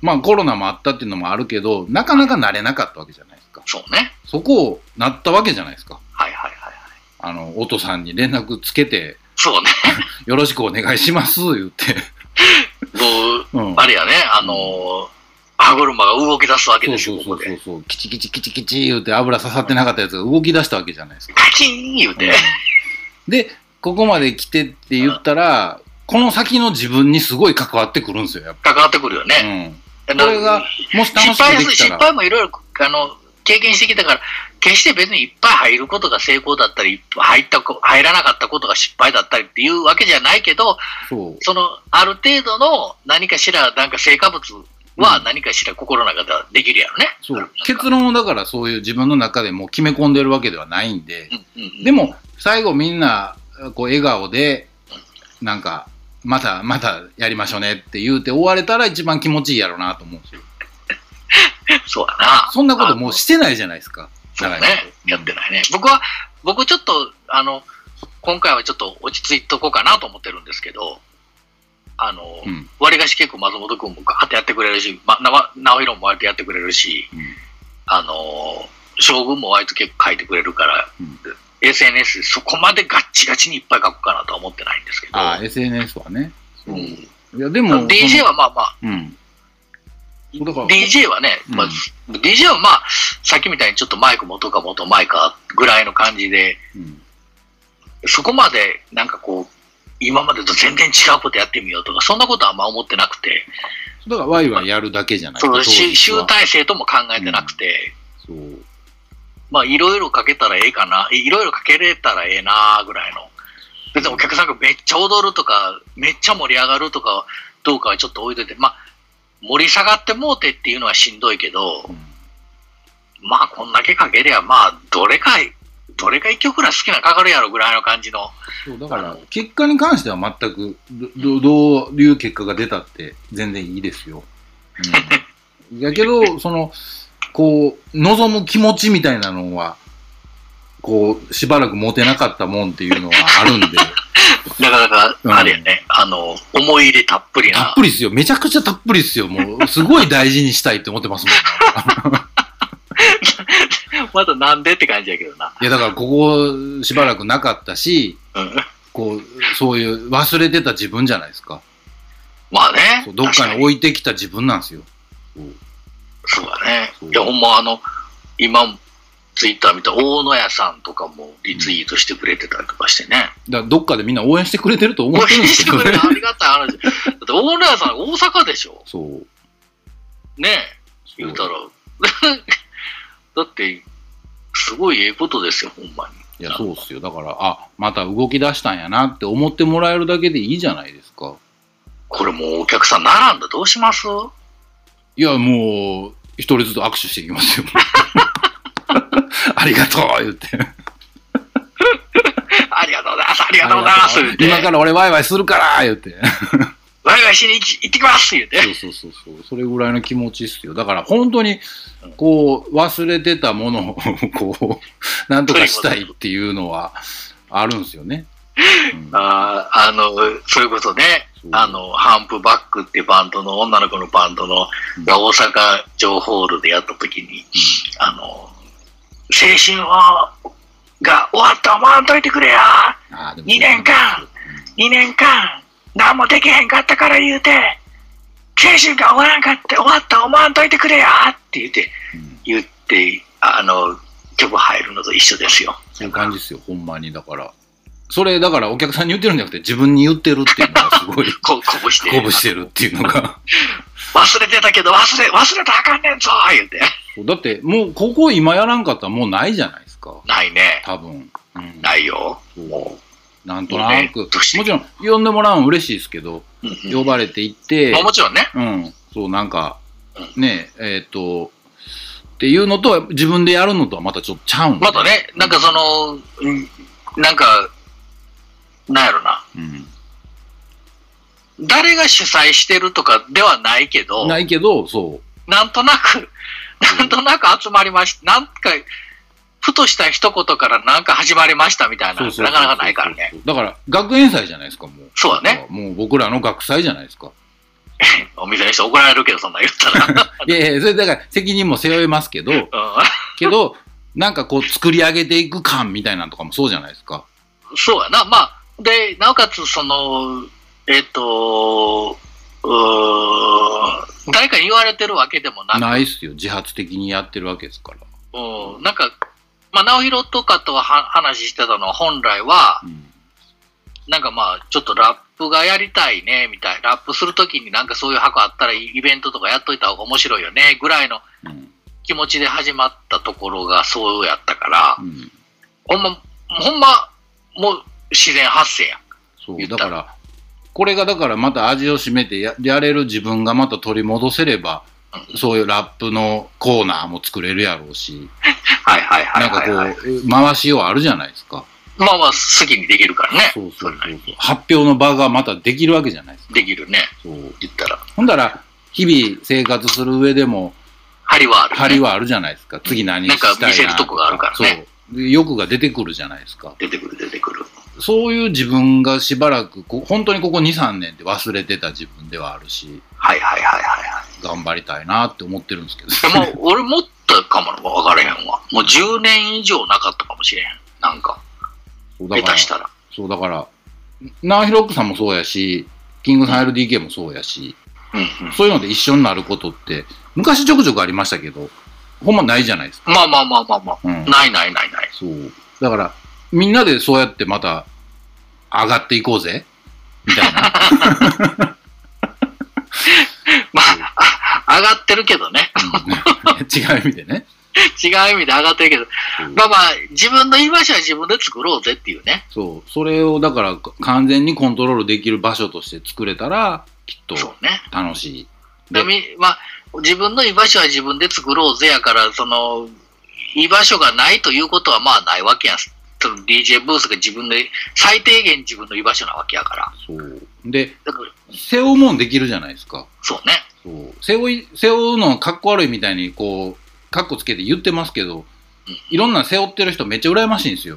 まあコロナもあったっていうのもあるけど、なかなか慣れなかったわけじゃないですか。 そうね。 そこをなったわけじゃないですか。 はいはいはいはい。 おとさんに連絡つけて、 そうね。 よろしくお願いします、言って。 もう、あれやね、歯車が動き出すわけですよ、 そう。キチキチキチキチ言うて油刺さってなかったやつが動き出したわけじゃないですか。 カチン言うて。 で、ここまで来てって言ったら、この先の自分にすごい関わってくるんですよ、やっぱ。 関わってくるよね。 これが、もし楽しくできたら。 失敗もいろいろ、経験してきたから、決して別にいっぱい入ることが成功だったり、入らなかったことが失敗だったりっていうわけじゃないけど、ある程度の何かしら、なんか成果物は何かしら心の中ではできるやろね。 そう。結論をだからそういう自分の中でもう決め込んでるわけではないんで、でも最後みんなこう笑顔で、なんか、またやりましょうねって言うて終われたら一番気持ちいいやろうなと思うんですよ。 そうだな。 そんなこともうしてないじゃないですか。 そうね。やってないね。僕ちょっと、今回はちょっと落ち着いとこうかなと思ってるんですけど、わりがし結構松本君もガーってやってくれるし、直弘も割とやってくれるし、将軍も割と結構書いてくれるから、SNS でそこまでガッチガチにいっぱい書くかなとは思ってないんですけど。 SNS はね。 いや、でも。 DJ はまあまあ。DJ はね、DJ はまあ、さっきみたいにちょっとマイク元か元マイかぐらいの感じで、そこまでなんかこう、今までと全然違うことやってみようとか、そんなことはあんま思ってなくて。 だからワイワイやるだけじゃないですか。 集大成とも考えてなくて。まあ、いろいろかけたらええかな、いろいろかけれたらええなぐらいの。別にお客さんがめっちゃ踊るとか、めっちゃ盛り上がるとか、どうかはちょっと置いといて、まあ、盛り下がってもうてっていうのはしんどいけど、まあ、こんだけかけりゃ、まあ、どれか一曲ぐらい好きなかかるやろぐらいの感じの。 そう、だから、結果に関しては全く、どういう結果が出たって全然いいですよ。やけど、こう、望む気持ちみたいなのは、こう、しばらく持てなかったもんっていうのはあるんで。 なかなか、あれやね、思い入れたっぷりな。 たっぷりっすよ。めちゃくちゃたっぷりっすよ。もう、すごい大事にしたいって思ってますもん。 まだなんでって感じやけどな。 いや、だからここしばらくなかったし、こう、そういう忘れてた自分じゃないですか。 まあね。 どっかに置いてきた自分なんですよ。 そうだね。いや、ほんま今、ツイッター見た大野屋さんとかもリツイートしてくれてたりとかしてね。 どっかでみんな応援してくれてると思ってるんですけどね。 応援してくれてありがたい話。だって大野屋さん大阪でしょ。 そう。 ねえ、言うたら。だって、すごいええことですよ、ほんまに。 いや、そうっすよ。だから、また動き出したんやなって思ってもらえるだけでいいじゃないですか。 これもうお客さん並んだどうします？ いや、もう、一人ずつ握手していきますよ。ありがとう言って。 ありがとうございます、ありがとうございます言って。 今から俺ワイワイするから言って。 ワイワイしに行ってきます言って。 そう。それぐらいの気持ちっすよ。だから本当に、こう、忘れてたものを、こう、なんとかしたいっていうのはあるんですよね。 それこそね、ハンプバックっていうバンドの、女の子のバンドの、が大阪城ホールでやった時に、青春が終わった思わんといてくれや。2年間、何もできへんかったから言うて、青春が終わった思わんといてくれやって言って、曲入るのと一緒ですよ。 そういう感じですよ、ほんまに。だから。それ、だからお客さんに言ってるんじゃなくて自分に言ってるっていうのがすごい。 鼓舞してるっていうのが。 忘れてたけど忘れたらあかんねんぞ言うて。 だって、もうここ今やらんかったらもうないじゃないですか。 ないね。 多分。 ないよ。 もう。なんとなく。もちろん、呼んでもらうの嬉しいですけど、呼ばれていって。 もちろんね。 そう、なんか、ね、っていうのと、自分でやるのとはまたちょっとちゃうんで。 またね、なんかなんか、なんやろな。誰が主催してるとかではないけど、 そう。 なんとなく集まりました。なんか、ふとした一言からなんか始まりましたみたいな、なかなかないからね。 だから、学園祭じゃないですか、もう。 そうだね。 もう僕らの学祭じゃないですか。 お店の人怒られるけど、そんな言ったら。 いやいや、それだから責任も背負えますけど、けど、なんかこう作り上げていく感みたいなのとかもそうじゃないですか。 そうやな。まあ、で、なおかつ、誰かに言われてるわけでもなく。 ないっすよ。自発的にやってるわけですから。 なんか、まあ、直弘とかとは話してたのは、本来は、なんかまあ、ちょっとラップがやりたいね、みたいな。ラップするときになんかそういう箱あったらイベントとかやっといた方が面白いよね、ぐらいの気持ちで始まったところがそうやったから、ほんま、もう自然発生やん。 そう、だから、これがだからまた味を占めてやれる自分がまた取り戻せれば、そういうラップのコーナーも作れるやろうし、なんかこう、回しようあるじゃないですか。 まあまあ、好きにできるからね。 そう。発表の場がまたできるわけじゃないですか。 できるね。 そう。 言ったら。 ほんだら、日々生活する上でも、 張りはある、ね。 張りはあるじゃないですか。次何したいな。 なんか見せるとこがあるからね。 そう。欲が出てくるじゃないですか。 出てくる。 そういう自分がしばらく、本当にここ2、3年で忘れてた自分ではあるし、頑張りたいなって思ってるんですけど、 ね。もう、俺もったかも分からへんわ。もう10年以上なかったかもしれへん。なんか。下手したら。 そう、だから、ナーヒロックさんもそうやし、キングさん LDK もそうやし、そういうので一緒になることって、昔ちょくちょくありましたけど、ほんまないじゃないですか。 まあ。ない。 そう。だから、みんなでそうやってまた上がっていこうぜみたいな。 まあ、上がってるけどね。 違う意味でね。 違う意味で上がってるけど、まあ、自分の居場所は自分で作ろうぜっていうね。 そう。それをだから完全にコントロールできる場所として作れたら、きっと楽しい。 まあ、自分の居場所は自分で作ろうぜやから、居場所がないということはまあないわけやん。DJ ブースが自分で、最低限自分の居場所なわけやから。 そう。で、背負うもんできるじゃないですか。 そうね。 そう。背負うのかっこ悪いみたいに、こう、かっこつけて言ってますけど、いろんな背負ってる人めっちゃ羨ましいんですよ。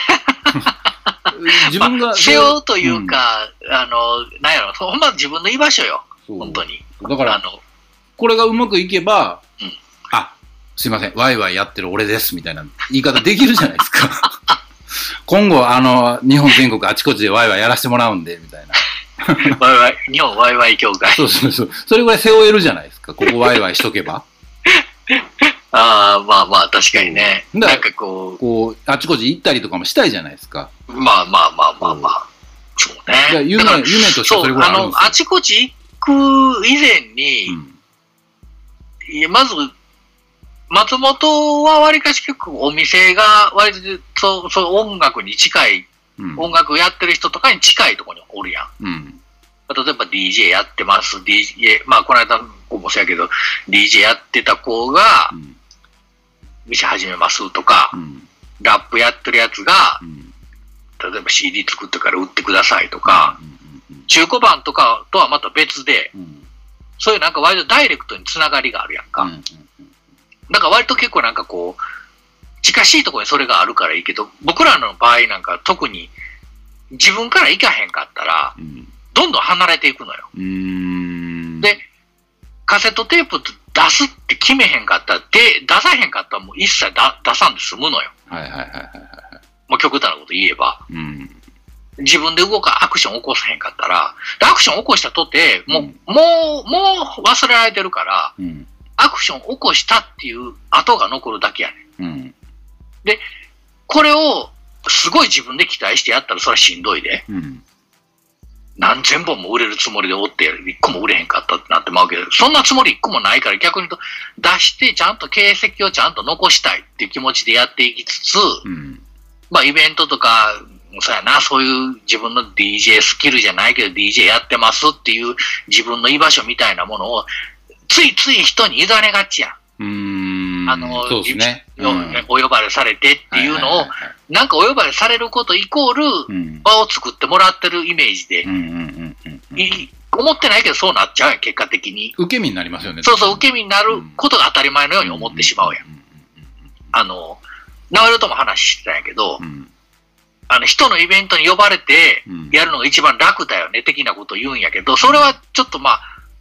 自分が、 背負うというか、なんやろ、ほんま自分の居場所よ。本当に。 だから、これがうまくいけば、あ、すいません、ワイワイやってる俺です、みたいな言い方できるじゃないですか。今後、日本全国あちこちでワイワイやらせてもらうんで、みたいな。 日本ワイワイ協会。 そう。それぐらい背負えるじゃないですか。ここワイワイしとけば。 まあ、確かにね。なんかこう、あちこち行ったりとかもしたいじゃないですか。 まあ。そうね。 夢としてそれぐらいあるんですよ。 あちこち行く以前に、まず、松本はわりかし結構お店が割とそう音楽に近い、音楽やってる人とかに近いところにおるやん。例えば DJ やってます。DJ、まあこの間もそうやけど、DJ やってた子が、店始めますとか、ラップやってるやつが、例えば CD 作ってから売ってくださいとか、中古版とかとはまた別で、そういうなんか割とダイレクトにつながりがあるやんか。なんか割と結構なんかこう、近しいところにそれがあるからいいけど、僕らの場合なんか特に自分から行かへんかったら、どんどん離れていくのよ。で、カセットテープ出すって決めへんかったら、出さへんかったらもう一切出さんで済むのよ。もう極端なこと言えば。自分でアクション起こさへんかったら、アクション起こしたとて、もう忘れられてるから、アクション起こしたっていう跡が残るだけやね。で、これをすごい自分で期待してやったらそれはしんどいで。何千本も売れるつもりでおって一個も売れへんかったってなってまうけど、そんなつもり一個もないから逆に言うと出してちゃんと形跡をちゃんと残したいっていう気持ちでやっていきつつ、まあイベントとか、そうやな、そういう自分の DJ スキルじゃないけど DJ やってますっていう自分の居場所みたいなものをついつい人に委ねがちや。 そうですね。 お呼ばれされてっていうのを、なんかお呼ばれされることイコール場を作ってもらってるイメージで、思ってないけどそうなっちゃうやん、結果的に。 受け身になりますよね。 そう、受け身になることが当たり前のように思ってしまうやん。ナワルとも話してたんやけど、人のイベントに呼ばれてやるのが一番楽だよね、的なことを言うんやけど、それはちょっとまあ、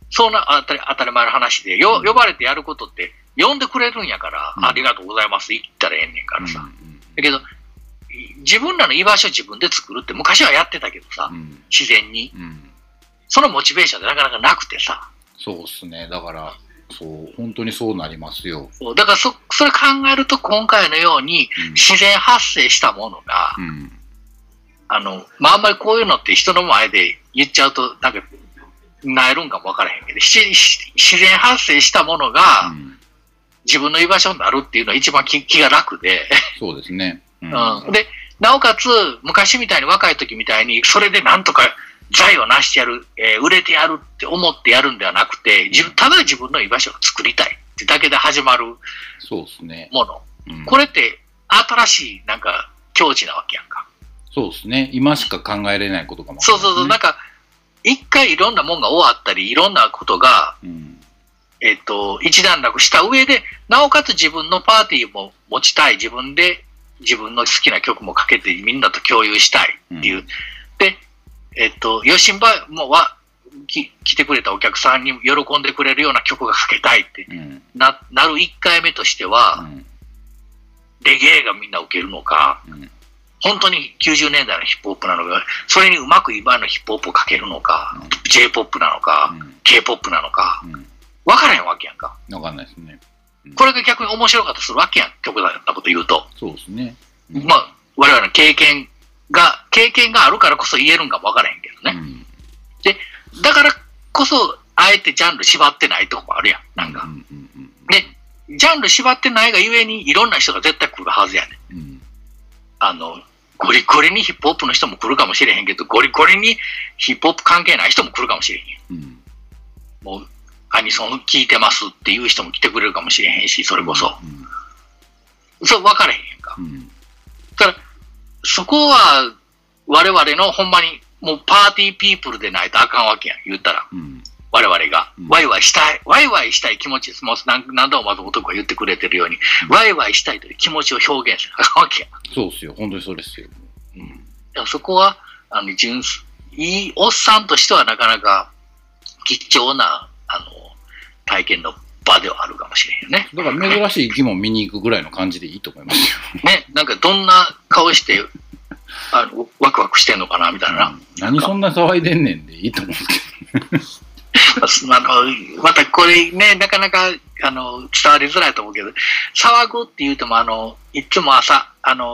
そんな当たり前の話で、呼ばれてやることって、呼んでくれるんやから、ありがとうございます、言ったらええねんからさ。だけど、自分らの居場所自分で作るって昔はやってたけどさ、自然に。そのモチベーションってなかなかなくてさ。 そうっすね。だから、そう、本当にそうなりますよ。 だからそれ考えると今回のように自然発生したものが、あんまりこういうのって人の前で言っちゃうと、なんか、なえるんかもわからへんけど、自然発生したものが、自分の居場所になるっていうのは一番気が楽で。 そうですね。 で、なおかつ、昔みたいに若い時みたいに、それでなんとか財を成してやる、売れてやるって思ってやるんではなくて、ただ自分の居場所を作りたいってだけで始まるもの。これって新しいなんか境地なわけやんか。 そうですね。今しか考えれないことかも、 そう、なんか、一回いろんなもんが終わったり、いろんなことが、一段落した上で、なおかつ自分のパーティーも持ちたい、自分で自分の好きな曲もかけてみんなと共有したいっていう。で、よしんばも来てくれたお客さんに喜んでくれるような曲がかけたいってなる1回目としては、レゲエがみんな受けるのか、本当に90年代のヒップホップなのか、それにうまく今のヒップホップをかけるのか、J-POP なのか、K-POP なのか、分からへんわけやんか。 分かんないですね。 これが逆に面白かったりするわけやん、極端なこと言うと。 そうですね。 まあ、我々の経験があるからこそ言えるんかも分からへんけどね。で、だからこそ、あえてジャンル縛ってないとこもあるやん、なんか。で、ジャンル縛ってないがゆえに、いろんな人が絶対来るはずやねん。ゴリゴリにヒップホップの人も来るかもしれへんけど、ゴリゴリにヒップホップ関係ない人も来るかもしれへん。もう、アニソン聞いてますっていう人も来てくれるかもしれへんし、それこそ。そう、分からへんやんか。だから、そこは、我々のほんまに、もうパーティーピープルでないとあかんわけやん、言ったら。我々が、ワイワイしたい気持ちです。もう何度も松本君が言ってくれてるように、ワイワイしたいという気持ちを表現するわけやん。 そうっすよ、本当にそうですよ。 そこは、いいおっさんとしてはなかなか貴重な、体験の場ではあるかもしれんよね。 だから珍しい生き物見に行くぐらいの感じでいいと思いますよ。 ね、なんかどんな顔して、ワクワクしてんのかな、みたいな。 何そんな騒いでんねんでいいと思うんですけど。 またこれね、なかなか、伝わりづらいと思うけど、騒ぐって言うても、いつも朝、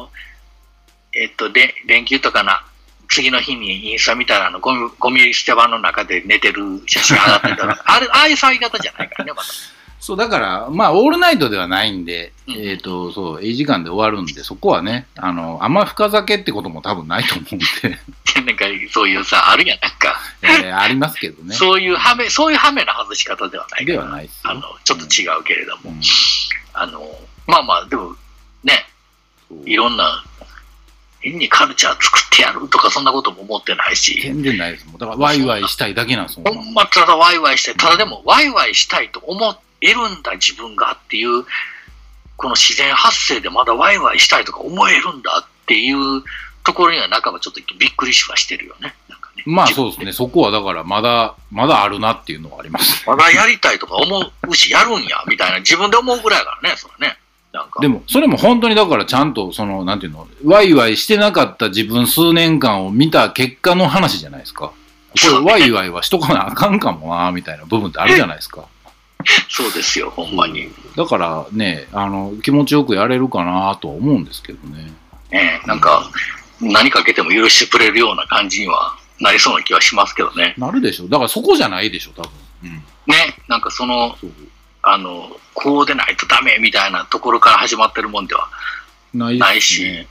連休とか次の日にインスタ見たら、ゴミ捨て場の中で寝てる写真上がってたら、ああいう騒ぎ方じゃないからね、また。 そう、だから、まあ、オールナイトではないんで、そう、いい時間で終わるんで、そこはね、あんま深酒ってことも多分ないと思うんで。 なんか、そういうさ、あるやん、なんか。 ありますけどね。 そういうハメの外し方ではないから。 ではないですよ。 ちょっと違うけれども。まあまあ、でも、ね、いろんな、変にカルチャー作ってやるとか、そんなことも思ってないし。 全然ないですもん。だから、ワイワイしたいだけなんですもん。 ほんま、ただワイワイしたい。ただでも、ワイワイしたいと思えるんだ、自分がっていう、この自然発生でまだワイワイしたいとか思えるんだっていうところには、中はちょっとびっくりはしてるよね。なんかね、 まあそうですね。そこはだから、まだあるなっていうのはあります。 まだやりたいとか思うし、やるんや、みたいな、自分で思うぐらいやからね、それね。なんかでも、それも本当にだからちゃんと、なんていうの、ワイワイしてなかった自分数年間を見た結果の話じゃないですか。これ、ワイワイはしとかなあかんかもな、みたいな部分ってあるじゃないですか。 そうですよ、ほんまに。 だからね、気持ちよくやれるかなとは思うんですけどね。 なんか、何かけても許してくれるような感じにはなりそうな気はしますけどね。 なるでしょ。だからそこじゃないでしょ、多分。 ね、なんかこうでないとダメみたいなところから始まってるもんではないし、ぜ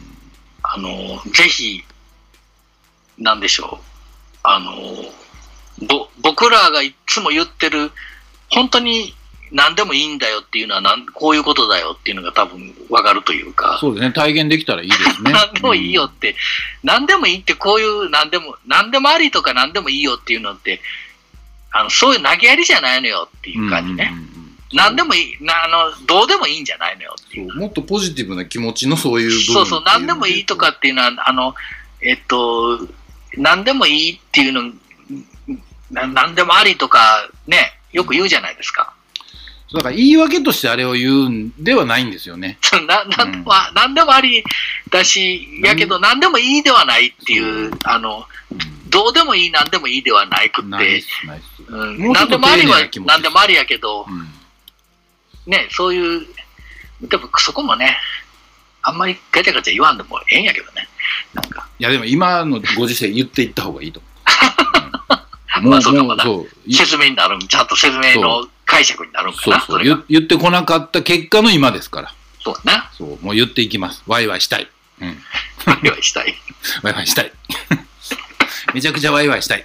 ひ、なんでしょう、僕らがいつも言ってる、本当に何でもいいんだよっていうのはこういうことだよっていうのが多分分かるというか。 そうですね、体現できたらいいですね。 何でもいいよって、何でもいいってこういう何でもありとか何でもいいよっていうのって、そういう投げやりじゃないのよっていう感じね。何でもいい、どうでもいいんじゃないのよっていう。 もっとポジティブな気持ちのそういう部分。 そうそう、何でもいいとかっていうのは、何でもいいっていうのなんでもありとかね、よく言うじゃないですか。 だから言い訳としてあれを言うんではないんですよね。 なんでもありだし、やけどなんでもいいではないっていう、どうでもいい、なんでもいいではないくって、なんでもありはなんでもありやけど、ね、そういう、でもそこもね、あんまりガチャガチャ言わんでもええんやけどね。なんか。 いやでも今のご時世言っていった方がいいと思う。まあそうかもな。説明になるん、ちゃんと説明の解釈になるんかな。 そう言ってこなかった結果の今ですから。 そうね。 そう、もう言っていきます。ワイワイしたい。 ワイワイしたい。 ワイワイしたい。めちゃくちゃワイワイしたい。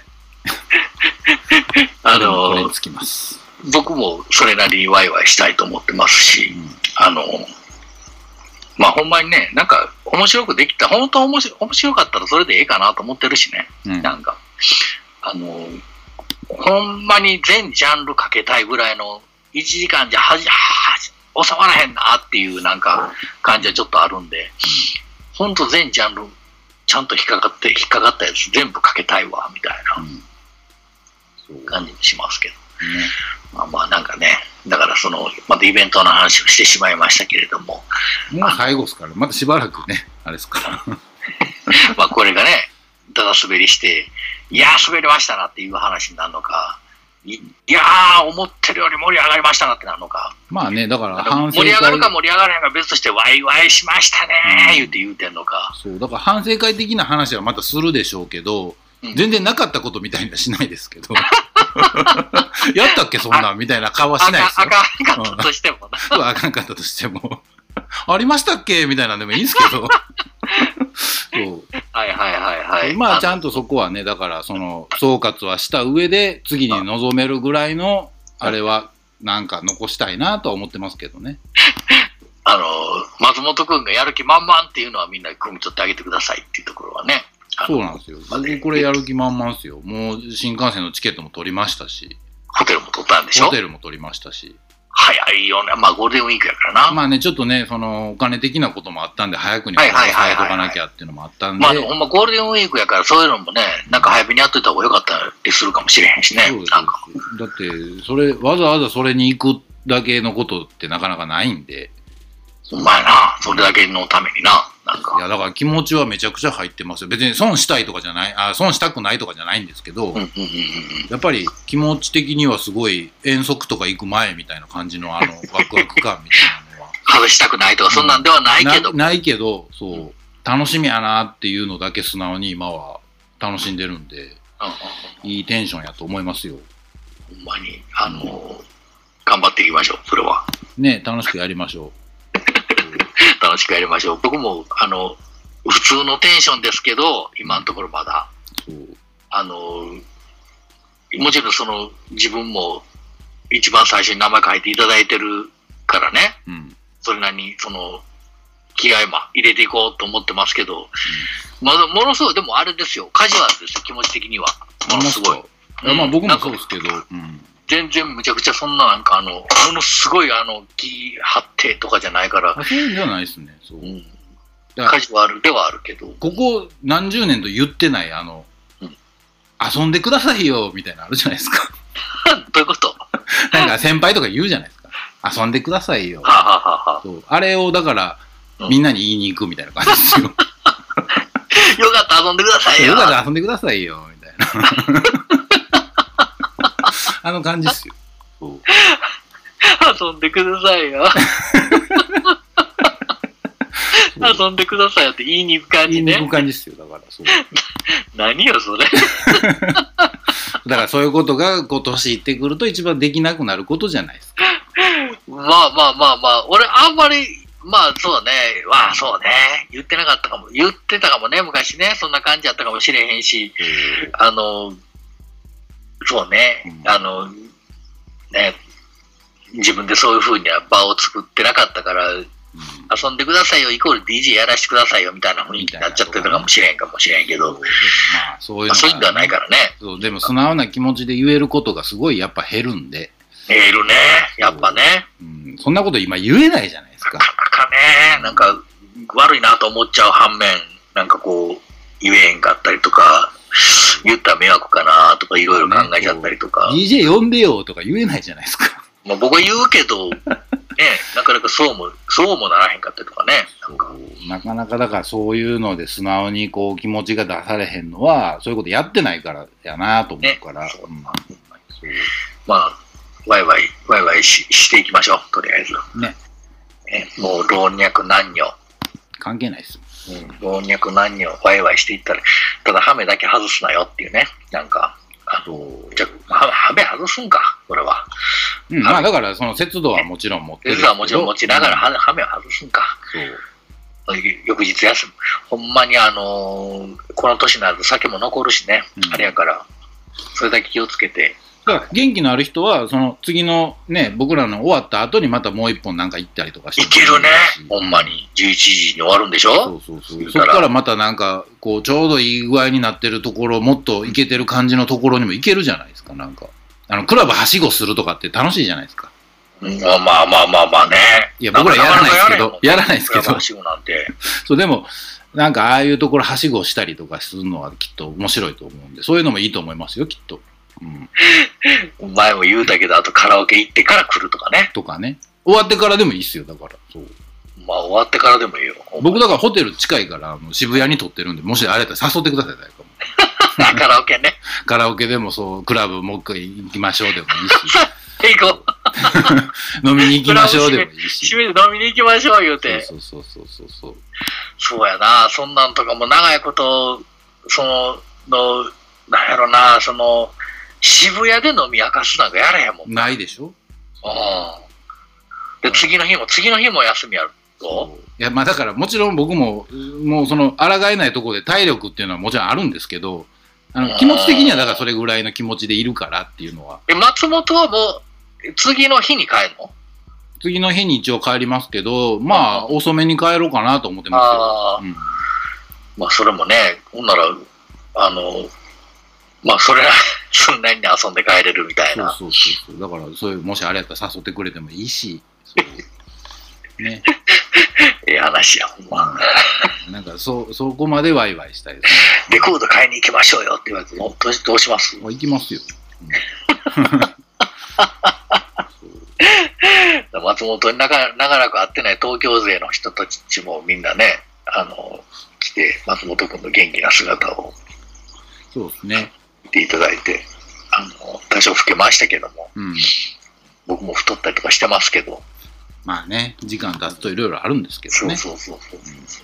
これにつきます。 僕もそれなりにワイワイしたいと思ってますし、まあほんまにね、なんか面白くできた、本当面白かったらそれでええかなと思ってるしね、なんか、ほんまに全ジャンルかけたいぐらいの1時間じゃ収まらへんなっていうなんか感じはちょっとあるんで、ほんと全ジャンルちゃんと引っかかったやつ全部かけたいわみたいな感じにしますけど、まあなんかね、だからまたイベントの話をしてしまいましたけれども、 もう最後ですから、またしばらくね、あれですから。 まあこれがね、ただ滑りして、いやー滑りましたなっていう話になるのか、いやー思ってるより盛り上がりましたなってなるのか。 まあね、だから盛り上がるか盛り上がらへんか別としてワイワイしましたねー言うてんのか。 そう、だから反省会的な話はまたするでしょうけど、全然なかったことみたいにはしないですけど。やったっけそんなんみたいな顔はしないですよ。 あかんかったとしてもな。あかんかったとしても。ありましたっけみたいなんでもいいんですけど。そう。まあちゃんとそこはね、だから総括はした上で次に臨めるぐらいのあれはなんか残したいなとは思ってますけどね。 松本くんがやる気満々っていうのはみんな汲み取ってあげてくださいっていうところはね。 そうなんですよ。僕これやる気満々ですよ。もう新幹線のチケットも取りましたし。 ホテルも取ったんでしょ？ ホテルも取りましたし。 早いよね。まあゴールデンウィークやからな。 まあね、ちょっとね、お金的なこともあったんで、早くに抑えとかなきゃっていうのもあったんで。 まあほんまゴールデンウィークやからそういうのもね、なんか早めにやっといた方がよかったりするかもしれへんしね。 そうです。だって、わざわざそれに行くだけのことってなかなかないんで。 ほんまやな。それだけのためにな。なんか。 いや、だから気持ちはめちゃくちゃ入ってますよ。別に損したいとかじゃない、損したくないとかじゃないんですけど、やっぱり気持ち的にはすごい遠足とか行く前みたいな感じのワクワク感みたいなのは。 外したくないとかそんなんではないけど。 ないけど、そう、楽しみやなっていうのだけ素直に今は楽しんでるんで、いいテンションやと思いますよ。 ほんまに、頑張っていきましょう、それは。 ね、楽しくやりましょう。 楽しくやりましょう。僕も普通のテンションですけど、今のところまだもちろん自分も一番最初に名前書いていただいてるからね、それなりに気合いも入れていこうと思ってますけど、まだものすごいでもあれですよ、カジュアルですよ、気持ち的には。ものすごい。 まあ僕もそうですけど。 全然むちゃくちゃそんななんかものすごい気張ってとかじゃないから。 そういうんじゃないですね。そう。 カジュアルではあるけど。 ここ何十年と言ってない遊んでくださいよみたいなのあるじゃないですか。 どういうこと？ なんか先輩とか言うじゃないですか。遊んでくださいよ。そうあれをだからみんなに言いに行くみたいな感じですよ。 よかった遊んでくださいよ。 よかった遊んでくださいよみたいな。感じですよ。 遊んでくださいよ。遊んでくださいよって言いに行く感じね。 言いに行く感じですよ。だからそう。 何よそれ。 だからそういうことが年いってくると一番できなくなることじゃないですか。 まあ、俺あんまりまあそうね、そうね、言ってたかもね、昔ね、そんな感じやったかもしれへんし、そうね、ね、自分でそういう風には場を作ってなかったから、遊んでくださいよイコール DJ やらせてくださいよみたいな雰囲気になっちゃってたかもしれんけど、まあそういうのではないからね。 そうでも素直な気持ちで言えることがすごいやっぱ減るんで。 減るね、やっぱね。 そんなこと今言えないじゃないですか。 なかなかね、なんか悪いなと思っちゃう反面、なんかこう言えへんかったりとか。 言ったら迷惑かなとかいろいろ考えちゃったりとか。 DJ 呼んでよとか言えないじゃないですか。 まあ僕は言うけど、ね、なかなかそうもならへんかったりとかね。 なかなかだからそういうので素直にこう気持ちが出されへんのは、そういうことやってないからやなと思うから。ね、 まあ、ワイワイしていきましょう、とりあえず。ね。もう老若男女。 関係ないです。 老若男女、ワイワイしていったら、ただハメだけ外すなよっていうね。なんか、じゃあ、ハメ外すんか、これは。 まあだからその節度はもちろん持ってる。 節度はもちろん持ちながらハメを外すんか。翌日休む。ほんまにこの年になると酒も残るしね。あれやから、それだけ気をつけて。 だから元気のある人は、その次のね、僕らの終わった後にまたもう一本なんか行ったりとかして。 いけるね。ほんまに。11時に終わるんでしょ。 そう。そこからまたなんか、こう、ちょうどいい具合になってるところ、もっといけてる感じのところにも行けるじゃないですか、なんか。クラブはしごするとかって楽しいじゃないですか。 まあね。 いや、僕らやらないですけど、やらないですけど。 はしごなんて。 そう、でも、なんかああいうところはしごしたりとかするのはきっと面白いと思うんで、そういうのもいいと思いますよ、きっと。 前も言うたけど、あとカラオケ行ってから来るとかね。 とかね。終わってからでもいいっすよ、だから。そう。 まあ終わってからでもいいよ。 僕だからホテル近いから渋谷に撮ってるんで、もしあれやったら誘ってください、誰かも。 カラオケね。 カラオケでもそう、クラブもう一回行きましょうでもいいし。 行こう。飲みに行きましょうでもいいし。 締めて飲みに行きましょう言うて。 そう。 そうやな、そんなんとかも長いこと、なんやろな、渋谷で飲み明かすなんかやれへんもんないでしょ。 で、次の日も休みやると。 いや、まあだからもちろん僕も、もう抗えないところで体力っていうのはもちろんあるんですけど、気持ち的にはだからそれぐらいの気持ちでいるからっていうのは。 松本はもう、次の日に帰るの？ 次の日に一応帰りますけど、まあ遅めに帰ろうかなと思ってますけど。 まあそれもね、ほんなら、まあそれはそんなに遊んで帰れるみたいな。 そう。だからそういう、もしあれやったら誘ってくれてもいいし。ね。 話や、ほんま。 なんかそこまでワイワイしたいですね。 レコード買いに行きましょうよって言われて、どうします？ 行きますよ。 松本に長らく会ってない東京勢の人たちもみんなね、来て、松本君の元気な姿をそうですね。 見ていただいて、多少老けましたけども、僕も太ったりとかしてますけど、 まあね、時間経つといろいろあるんですけどね。 そう。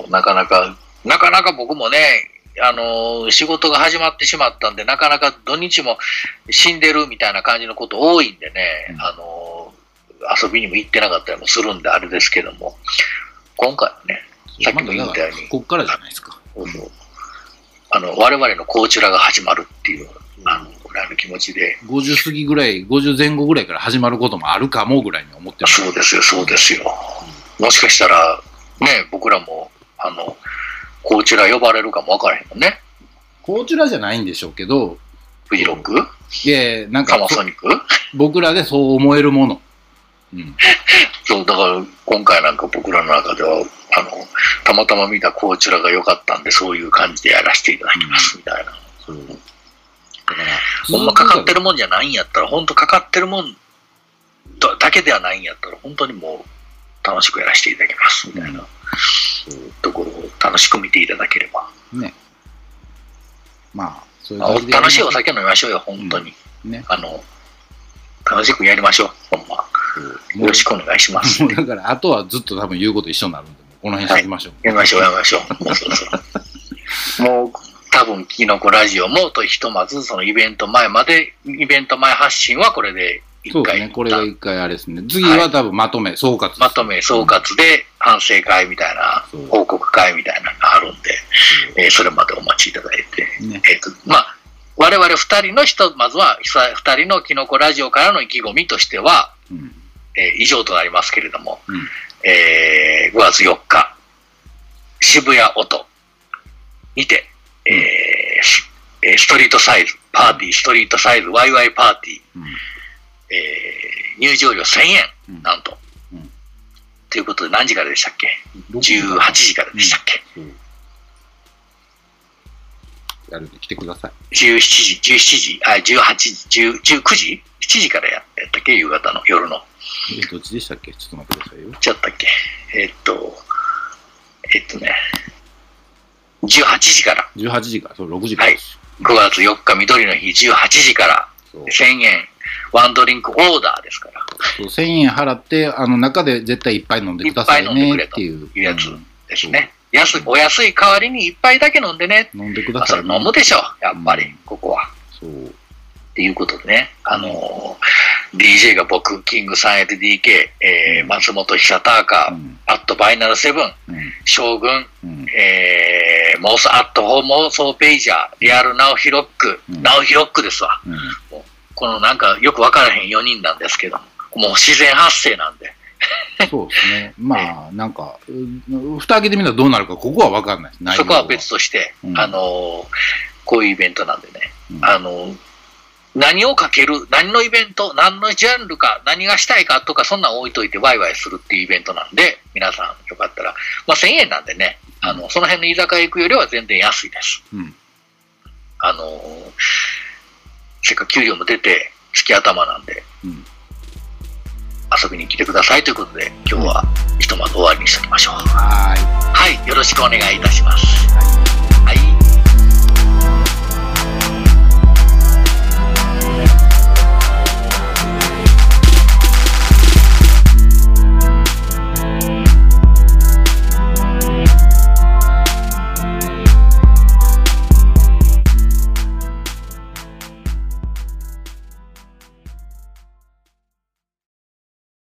なかなか僕もね、仕事が始まってしまったんで、なかなか土日も死んでるみたいな感じのこと多いんでね、遊びにも行ってなかったりもするんであれですけども、今回はね、さっきも言ったように、 こっからじゃないですか。 我々のコーチュラが始まるっていう、ぐらいの気持ちで。 50過ぎぐらい、50前後ぐらいから始まることもあるかもぐらいに思ってる。 そうですよ。もしかしたら、ね、僕らも、コーチュラ呼ばれるかもわからへんもんね。 コーチュラじゃないんでしょうけど、 フジロック？ いや、なんか、 サマソニック？ 僕らでそう思えるもの。 そう、だから今回なんか僕らの中では、たまたま見たコーチュラが良かったんで、そういう感じでやらせていただきますみたいな。だから、ほんまかかってるもんじゃないんやったら、ほんとかかってるもんだけではないんやったら、本当にもう楽しくやらせていただきますみたいなところを楽しく見ていただければ。ね。 まあ、そういう感じで楽しいお酒飲みましょうよ、本当に。ね。楽しくやりましょう、ほんま。よろしくお願いします。 だから、あとはずっと多分言うこと一緒になるんで、この辺しておきましょう。 やりましょう。もうそろそろ。もう、多分、キノコラジオも、ひとまず、そのイベント前発信はこれで一回。 そうですね、これが一回あれですね。次は多分まとめ、総括。 まとめ、総括で反省会みたいな、報告会みたいなのがあるんで、それまでお待ちいただいて。まあ、我々二人まずは二人のキノコラジオからの意気込みとしては、以上となりますけれども、5月4日、渋谷音にて、ストリートサイズ、パーティー、ストリートサイズ、ワイワイパーティー、入場料1000円、なんと。ということで、何時からでしたっけ？ 18 時からでしたっけ？ やるんで来てください。 17時、18時、19時 ?7 時からやったっけ夕方の、夜の。 どっちでしたっけちょっと待ってくださいよ。 ちゃったっけ18時から。 18時から、そう、6時からです。 はい。9月4日、緑の日、18時から、1000円、ワンドリンクオーダーですから。 そう、1000円払って、中で絶対いっぱい飲んでくださいねっていうやつですね。お安い代わりに一杯だけ飲んでね。 飲んでください、ね。 それ飲むでしょ、やっぱり、ここは。 そう。 っていうことでね、DJ が僕、キング 3LDK、松本久隆、アットバイナルセブン、将軍、モースアットホー妄想ペイジャー、リアルナオヒロック、ナオヒロックですわ。このなんかよくわからへん4人なんですけどもう自然発生なんで。 そうですね。まあ、なんか、蓋開けてみたらどうなるか、ここはわかんない。 そこは別として、こういうイベントなんでね、何をかける、何のイベント、何のジャンルか、何がしたいかとか、そんなん置いといてワイワイするっていうイベントなんで、皆さんよかったら、まあ1000円なんでね、その辺の居酒屋行くよりは全然安いです。せっかく給料も出て、月頭なんで、遊びに来てくださいということで、今日はひとまず終わりにしておきましょう。はい。よろしくお願いいたします。